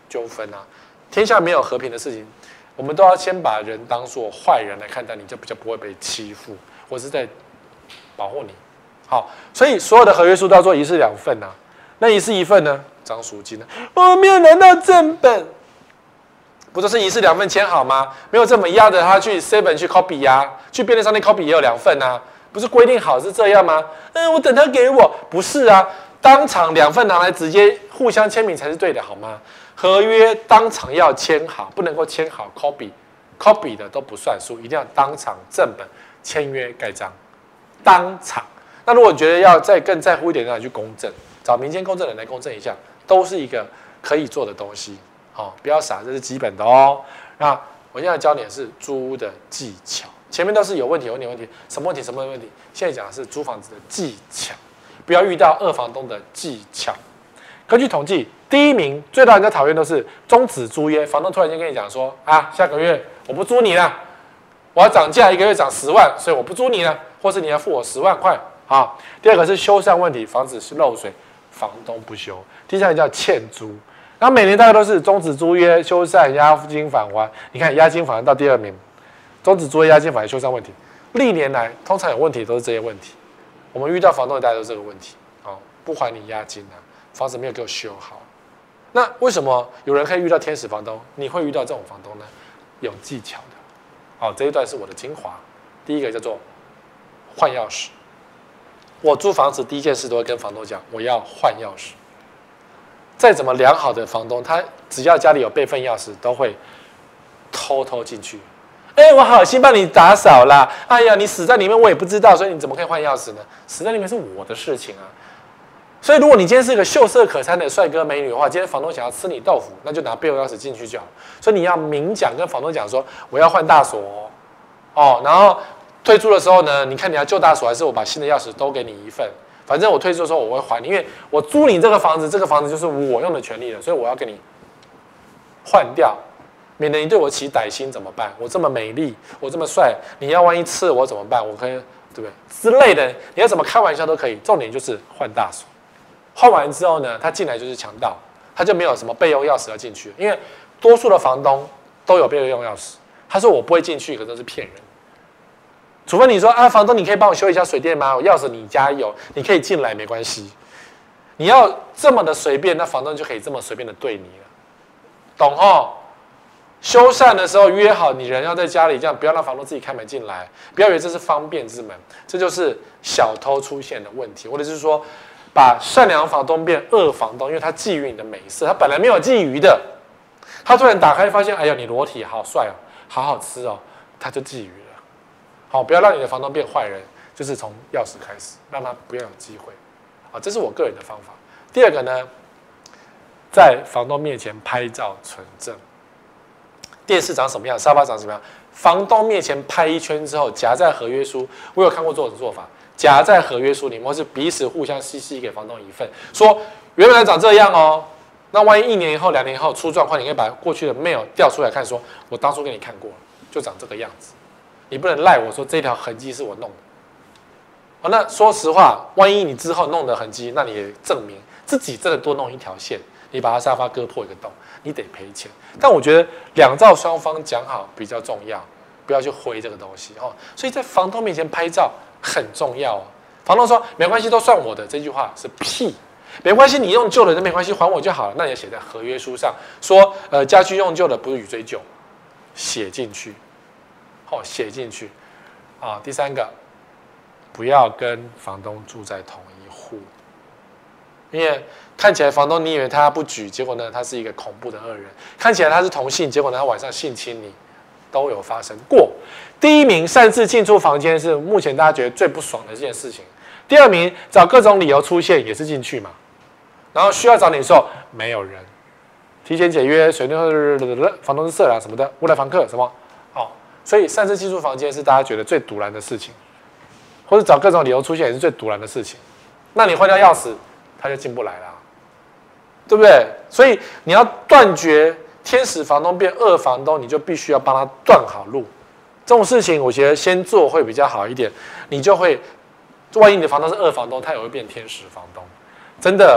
纠纷啊。天下没有和平的事情，我们都要先把人当作坏人来看待，你就比较不会被欺负。我是在保护你。好，所以所有的合约书都要做一式两份啊。那一式一份呢？张赎金呢？我没有拿到正本，不都是一式两份签好吗？没有正本压着他去 seven 去 copy 呀、啊，去便利商店 copy 也有两份啊，不是规定好是这样吗？嗯，我等他给我，不是啊，当场两份拿来直接互相签名才是对的，好吗？合约当场要签好，不能够签好 copy copy 的都不算数，一定要当场正本签约盖章，当场。那如果你觉得要再更在乎一点，那去公证，找民间公证人来公证一下，都是一个可以做的东西。好、哦，不要傻，这是基本的哦。那我现在教你的是租屋的技巧，前面都是有问题、有问题、有问题，什么问题、什么问题。现在讲的是租房子的技巧，不要遇到二房东的技巧。根据统计，第一名最让人家讨厌都是终止租约，房东突然间跟你讲说啊，下个月我不租你了，我要涨价，一个月涨十万，所以我不租你了，或是你要付我十万块。好，第二个是修缮问题，房子是漏水，房东不修。第三个叫欠租，然后每年大概都是终止租约、修缮、押金返还。你看押金返还到第二名，终止租约、押金返还、修缮问题，历年来通常有问题都是这些问题。我们遇到房东的大家都是这个问题，哦，不还你押金啊，房子没有给我修好。那为什么有人可以遇到天使房东，你会遇到这种房东呢？有技巧的。哦，这一段是我的精华。第一个叫做换钥匙。我租房子第一件事都会跟房东讲，我要换钥匙。再怎么良好的房东，他只要家里有备份钥匙，都会偷偷进去。哎、欸，我好心帮你打扫啦。哎呀，你死在里面我也不知道，所以你怎么可以换钥匙呢？死在里面是我的事情啊。所以如果你今天是一个秀色可餐的帅哥美女的话，今天房东想要吃你豆腐，那就拿备用钥匙进去就好。所以你要明讲跟房东讲说，我要换大锁哦，哦，然后退租的时候呢，你看你要旧大锁还是我把新的钥匙都给你一份，反正我退租的时候我会还你，因为我租你这个房子，这个房子就是我用的权利了，所以我要给你换掉，免得你对我起歹心怎么办？我这么美丽，我这么帅，你要万一吃了我怎么办？我可以对不对之类的？你要怎么开玩笑都可以，重点就是换大锁。换完之后呢，他进来就是强盗，他就没有什么备用钥匙要进去，因为多数的房东都有备用钥匙。他说我不会进去，可都是骗人。除非你说啊，房东，你可以帮我修一下水电吗？我钥匙你家有，你可以进来没关系。你要这么的随便，那房东就可以这么随便的对你了，懂齁？修缮的时候约好，你人要在家里，这样不要让房东自己开门进来，不要以为这是方便之门，这就是小偷出现的问题，或者是说把善良房东变恶房东，因为他觊觎你的美色，他本来没有觊觎的，他突然打开发现，哎呀，你裸体好帅哦，好好吃哦，他就觊觎了。好，不要让你的房东变坏人，就是从钥匙开始，让他不要有机会。啊，这是我个人的方法。第二个呢，在房东面前拍照存证。电视长什么样，沙发长什么样，房东面前拍一圈之后，夹在合约书。我有看过这种做法，夹在合约书里面，或是彼此互相稀稀给房东一份，说原本长这样哦。那万一一年以后、两年以后出状况，你可以把过去的 mail 调出来看，说我当初给你看过了，就长这个样子。你不能赖我说这条痕迹是我弄的。好，那说实话，万一你之后弄的痕迹，那你也证明自己真的多弄一条线，你把它沙发割破一个洞，你得赔钱。但我觉得两造双方讲好比较重要，不要去挥这个东西哦。所以在房东面前拍照很重要哦。房东说没关系，都算我的，这句话是屁。没关系，你用旧的那没关系，还我就好了。那也写在合约书上，说呃家居用旧的不予追究，写进去。好，写进去啊。第三个，不要跟房东住在同一户，因为看起来房东你以为他不举，结果呢他是一个恐怖的恶人；看起来他是同性，结果呢他晚上性侵你，都有发生过。第一名擅自进出房间是目前大家觉得最不爽的一件事情。第二名找各种理由出现也是进去嘛，然后需要找你的时候没有人，提前解约、水电房东是色狼什么的，无来房客什么。所以擅自进出房间是大家觉得最毒烂的事情，或者找各种理由出现也是最毒烂的事情。那你换掉钥匙，他就进不来了，对不对？所以你要断绝天使房东变恶房东，你就必须要帮他断好路。这种事情我觉得先做会比较好一点，你就会，万一你的房东是恶房东，他也会变天使房东。真的，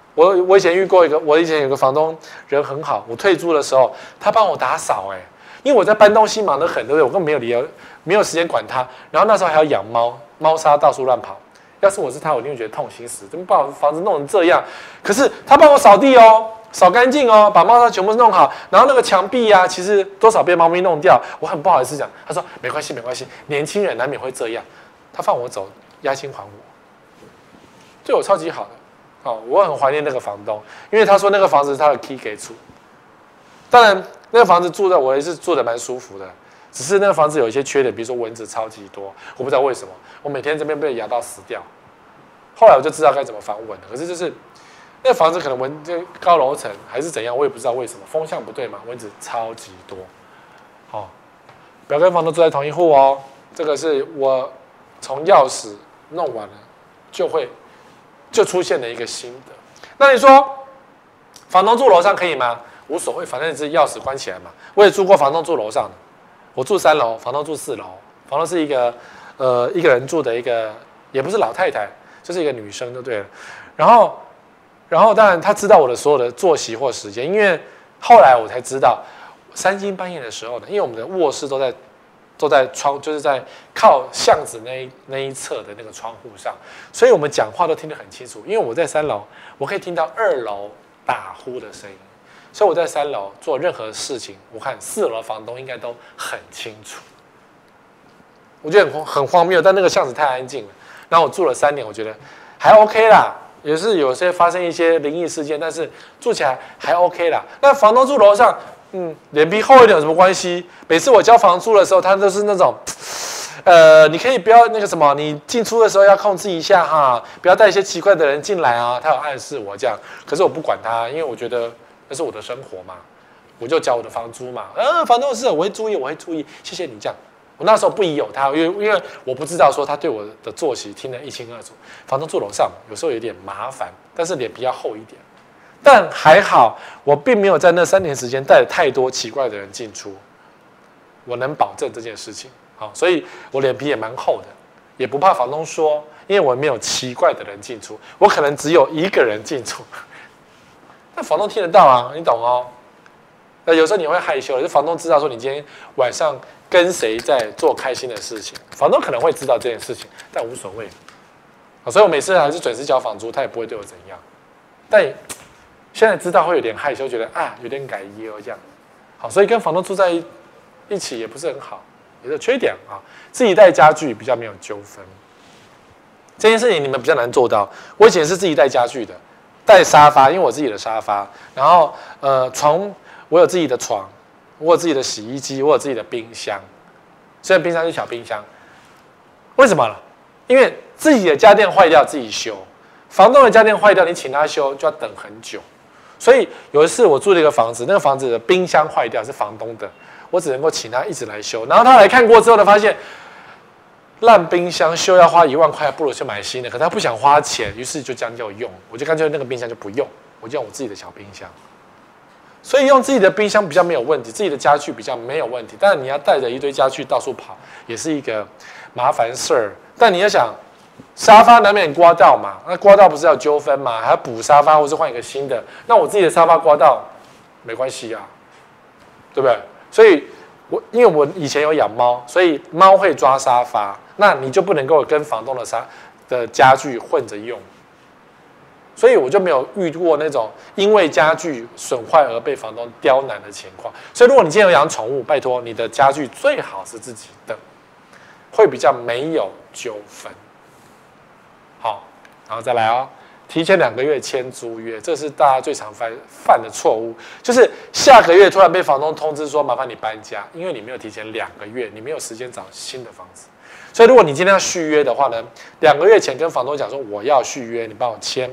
我我以前遇过一个，我以前有个房东人很好，我退租的时候他帮我打扫，哎，因为我在搬东西忙得很，对不对？我根本没有理由没有时间管他，然后那时候还要养猫，猫砂到处乱跑。要是我是他，我一定会觉得痛心死，怎么把我房子弄成这样？可是他帮我扫地哦，扫干净哦，把猫砂全部弄好，然后那个墙壁啊，其实多少被猫咪弄掉，我很不好意思讲。他说没关系，没关系，年轻人难免会这样。他放我走，押金还我，对我超级好的。哦，我很怀念那个房东，因为他说那个房子是他的 key 给出。当然，那个房子住的我也是住的蛮舒服的，只是那个房子有一些缺点，比如说蚊子超级多，我不知道为什么，我每天这边被咬到死掉。后来我就知道该怎么防蚊了。可是就是那个房子可能蚊就高楼层还是怎样，我也不知道为什么，风向不对嘛，蚊子超级多。哦，不要跟房东住在同一户哦。这个是我从钥匙弄完了就会就出现了一个新的。那你说房东住楼上可以吗？无所谓，反正是钥匙关起来嘛。我也住过房东住楼上的，我住三楼，房东住四楼。房东是一个呃一个人住的一个，也不是老太太，就是一个女生就对了。然后，然后当然她知道我的所有的作息或时间，因为后来我才知道，三更半夜的时候呢，因为我们的卧室都在都在窗，就是在靠巷子那一那一侧的那个窗户上，所以我们讲话都听得很清楚。因为我在三楼，我可以听到二楼打呼的声音，所以我在三楼做任何事情，我看四楼的房东应该都很清楚。我觉得很很荒谬，但那个巷子太安静了。然后我住了三年，我觉得还 OK 啦，也是有些发生一些灵异事件，但是住起来还 OK 啦。那房东住楼上，嗯，脸皮厚一点有什么关系？每次我交房租的时候，他都是那种，呃，你可以不要那个什么，你进出的时候要控制一下哈，不要带一些奇怪的人进来啊。他有暗示我这样，可是我不管他，因为我觉得那是我的生活嘛，我就交我的房租嘛。呃，房东是我会注意，我会注意，谢谢你这样。我那时候不疑有他，因为因为我不知道说他对我的作息听得一清二楚。房东住楼上，有时候有点麻烦，但是脸皮要厚一点。但还好，我并没有在那三年时间带了太多奇怪的人进出，我能保证这件事情。好，所以我脸皮也蛮厚的，也不怕房东说，因为我没有奇怪的人进出，我可能只有一个人进出，但房东听得到啊，你懂哦。那有时候你会害羞，就房东知道说你今天晚上跟谁在做开心的事情，房东可能会知道这件事情，但无所谓。所以我每次还是准时交房租，他也不会对我怎样。但现在知道会有点害羞，觉得啊有点改意哦这样。好，所以跟房东住在一起也不是很好，也是缺点啊。自己带家具比较没有纠纷，这件事情你们比较难做到。我以前是自己带家具的，带沙发，因为我自己的沙发，然后呃床。我有自己的床，我有自己的洗衣机，我有自己的冰箱，虽然冰箱是小冰箱。为什么呢？因为自己的家电坏掉自己修，房东的家电坏掉你请他修就要等很久。所以有一次我住了一个房子，那个房子的冰箱坏掉是房东的，我只能够请他一直来修。然后他来看过之后呢，发现烂冰箱修要花一万块，不如去买新的。可他不想花钱，于是就将就用，我就干脆那个冰箱就不用，我就用我自己的小冰箱。所以用自己的冰箱比较没有问题，自己的家具比较没有问题。但你要带着一堆家具到处跑，也是一个麻烦事儿。但你要想，沙发难免刮到嘛，那刮到不是要纠纷嘛，还要补沙发或是换一个新的。那我自己的沙发刮到，没关系啊，对不对？所以我因为我以前有养猫，所以猫会抓沙发，那你就不能够跟房东的沙的家具混着用。所以我就没有遇过那种因为家具损坏而被房东刁难的情况。所以如果你今天有养宠物，拜托你的家具最好是自己的，会比较没有纠纷。好，然后再来哦，提前两个月签租约，这是大家最常犯犯的错误，就是下个月突然被房东通知说麻烦你搬家，因为你没有提前两个月，你没有时间找新的房子。所以如果你今天要续约的话呢，两个月前跟房东讲说我要续约，你帮我签。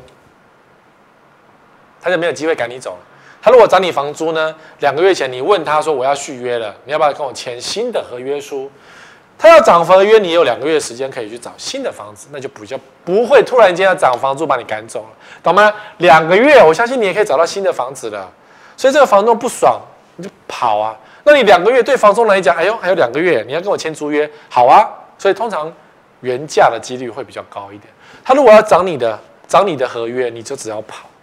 他就没有机会赶你走了。他如果涨你房租呢，两个月前你问他说我要续约了，你要不要跟我签新的合约书？他要涨合约，你有两个月时间可以去找新的房子，那就比较不会突然间要涨房租把你赶走了，懂吗？两个月，我相信你也可以找到新的房子了。所以这个房东不爽，你就跑啊。那你两个月对房东来讲，哎呦，还有两个月，你要跟我签租约，好啊。所以通常原价的几率会比较高一点。他如果要涨你的涨你的合约，你就只要跑。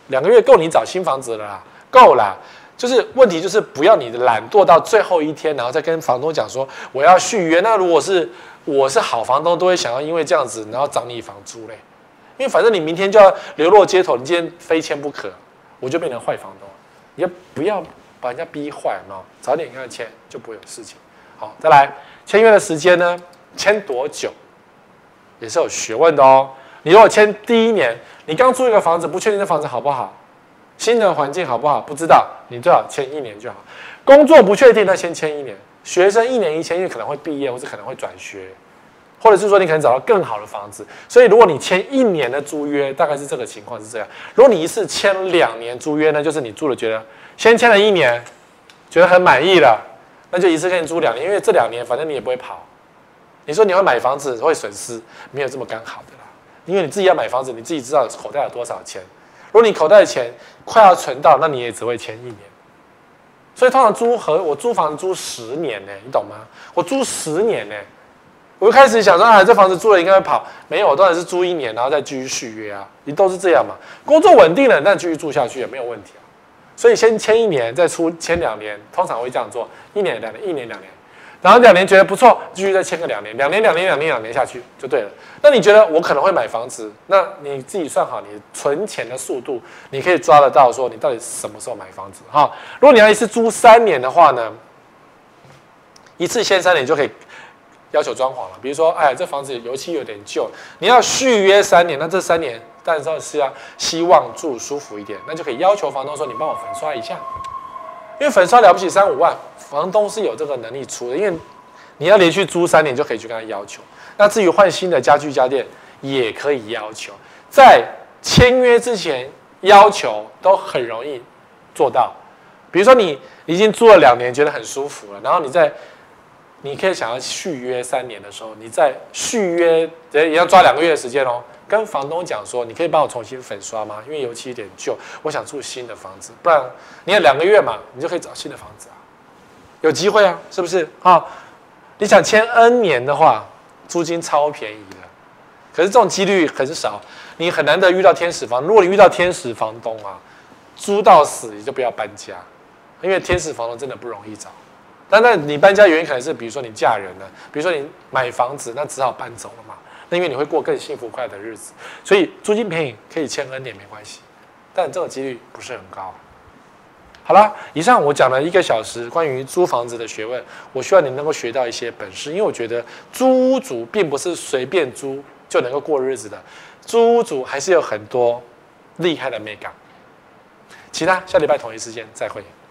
两个月够你找新房子了啦，够啦。就是问题就是不要你的懒惰到最后一天，然后再跟房东讲说我要续约。那如果是我是好房东，都会想要因为这样子，然后涨你房租嘞。因为反正你明天就要流落街头，你今天非签不可，我就变成坏房东。你要不要把人家逼坏嘛？早点跟他签，就不会有事情。好，再来签约的时间呢？签多久也是有学问的哦。你如果签第一年，你刚租一个房子，不确定这房子好不好，新的环境好不好，不知道，你最好签一年就好。工作不确定，那先签一年。学生一年一签，因为可能会毕业，或是可能会转学，或者是说你可能找到更好的房子。所以如果你签一年的租约，大概是这个情况是这样。如果你一次签两年租约呢，就是你住了觉得先签了一年，觉得很满意了，那就一次跟你租两年，因为这两年反正你也不会跑。你说你会买房子会损失，没有这么刚好的啦。因为你自己要买房子，你自己知道口袋有多少钱。如果你口袋的钱快要存到，那你也只会签一年。所以通常租和我租房租十年呢、欸，你懂吗？我租十年呢、欸，我就开始想说，啊，这房子租了应该会跑，没有，我当然是租一年，然后再继续续约啊。你都是这样嘛？工作稳定了，那继续住下去也没有问题啊。所以先签一年，再出签两年，通常会这样做，一年两年，一年两年。然后两年觉得不错，继续再签个两年，两年两年两年两年下去就对了。那你觉得我可能会买房子？那你自己算好你存钱的速度，你可以抓得到说你到底什么时候买房子哈。如果你要一次租三年的话呢，一次签三年就可以要求装潢了。比如说，哎，这房子油漆有点旧，你要续约三年，那这三年当然是要希望住舒服一点，那就可以要求房东说你帮我粉刷一下，因为粉刷了不起三五万。房东是有这个能力出的，因为你要连续租三年就可以去跟他要求。那至于换新的家具家电，也可以要求，在签约之前要求都很容易做到。比如说你已经租了两年，觉得很舒服了，然后你在你可以想要续约三年的时候，你在续约也要抓两个月的时间哦，跟房东讲说，你可以帮我重新粉刷吗？因为油漆有点旧，我想住新的房子，不然你有两个月嘛，你就可以找新的房子啊。有机会啊，是不是啊？你想签 N 年的话，租金超便宜的，可是这种几率很少，你很难得遇到天使房。如果你遇到天使房东啊，租到死你就不要搬家，因为天使房东真的不容易找。但那你搬家原因可能是，比如说你嫁人了，比如说你买房子，那只好搬走了嘛。那因为你会过更幸福快乐的日子，所以租金便宜可以签 N 年没关系，但这种几率不是很高。好了，以上我讲了一个小时关于租房子的学问，我希望你能够学到一些本事，因为我觉得租屋族并不是随便租就能够过日子的，租屋族还是有很多厉害的美感。其他下礼拜同一时间再会。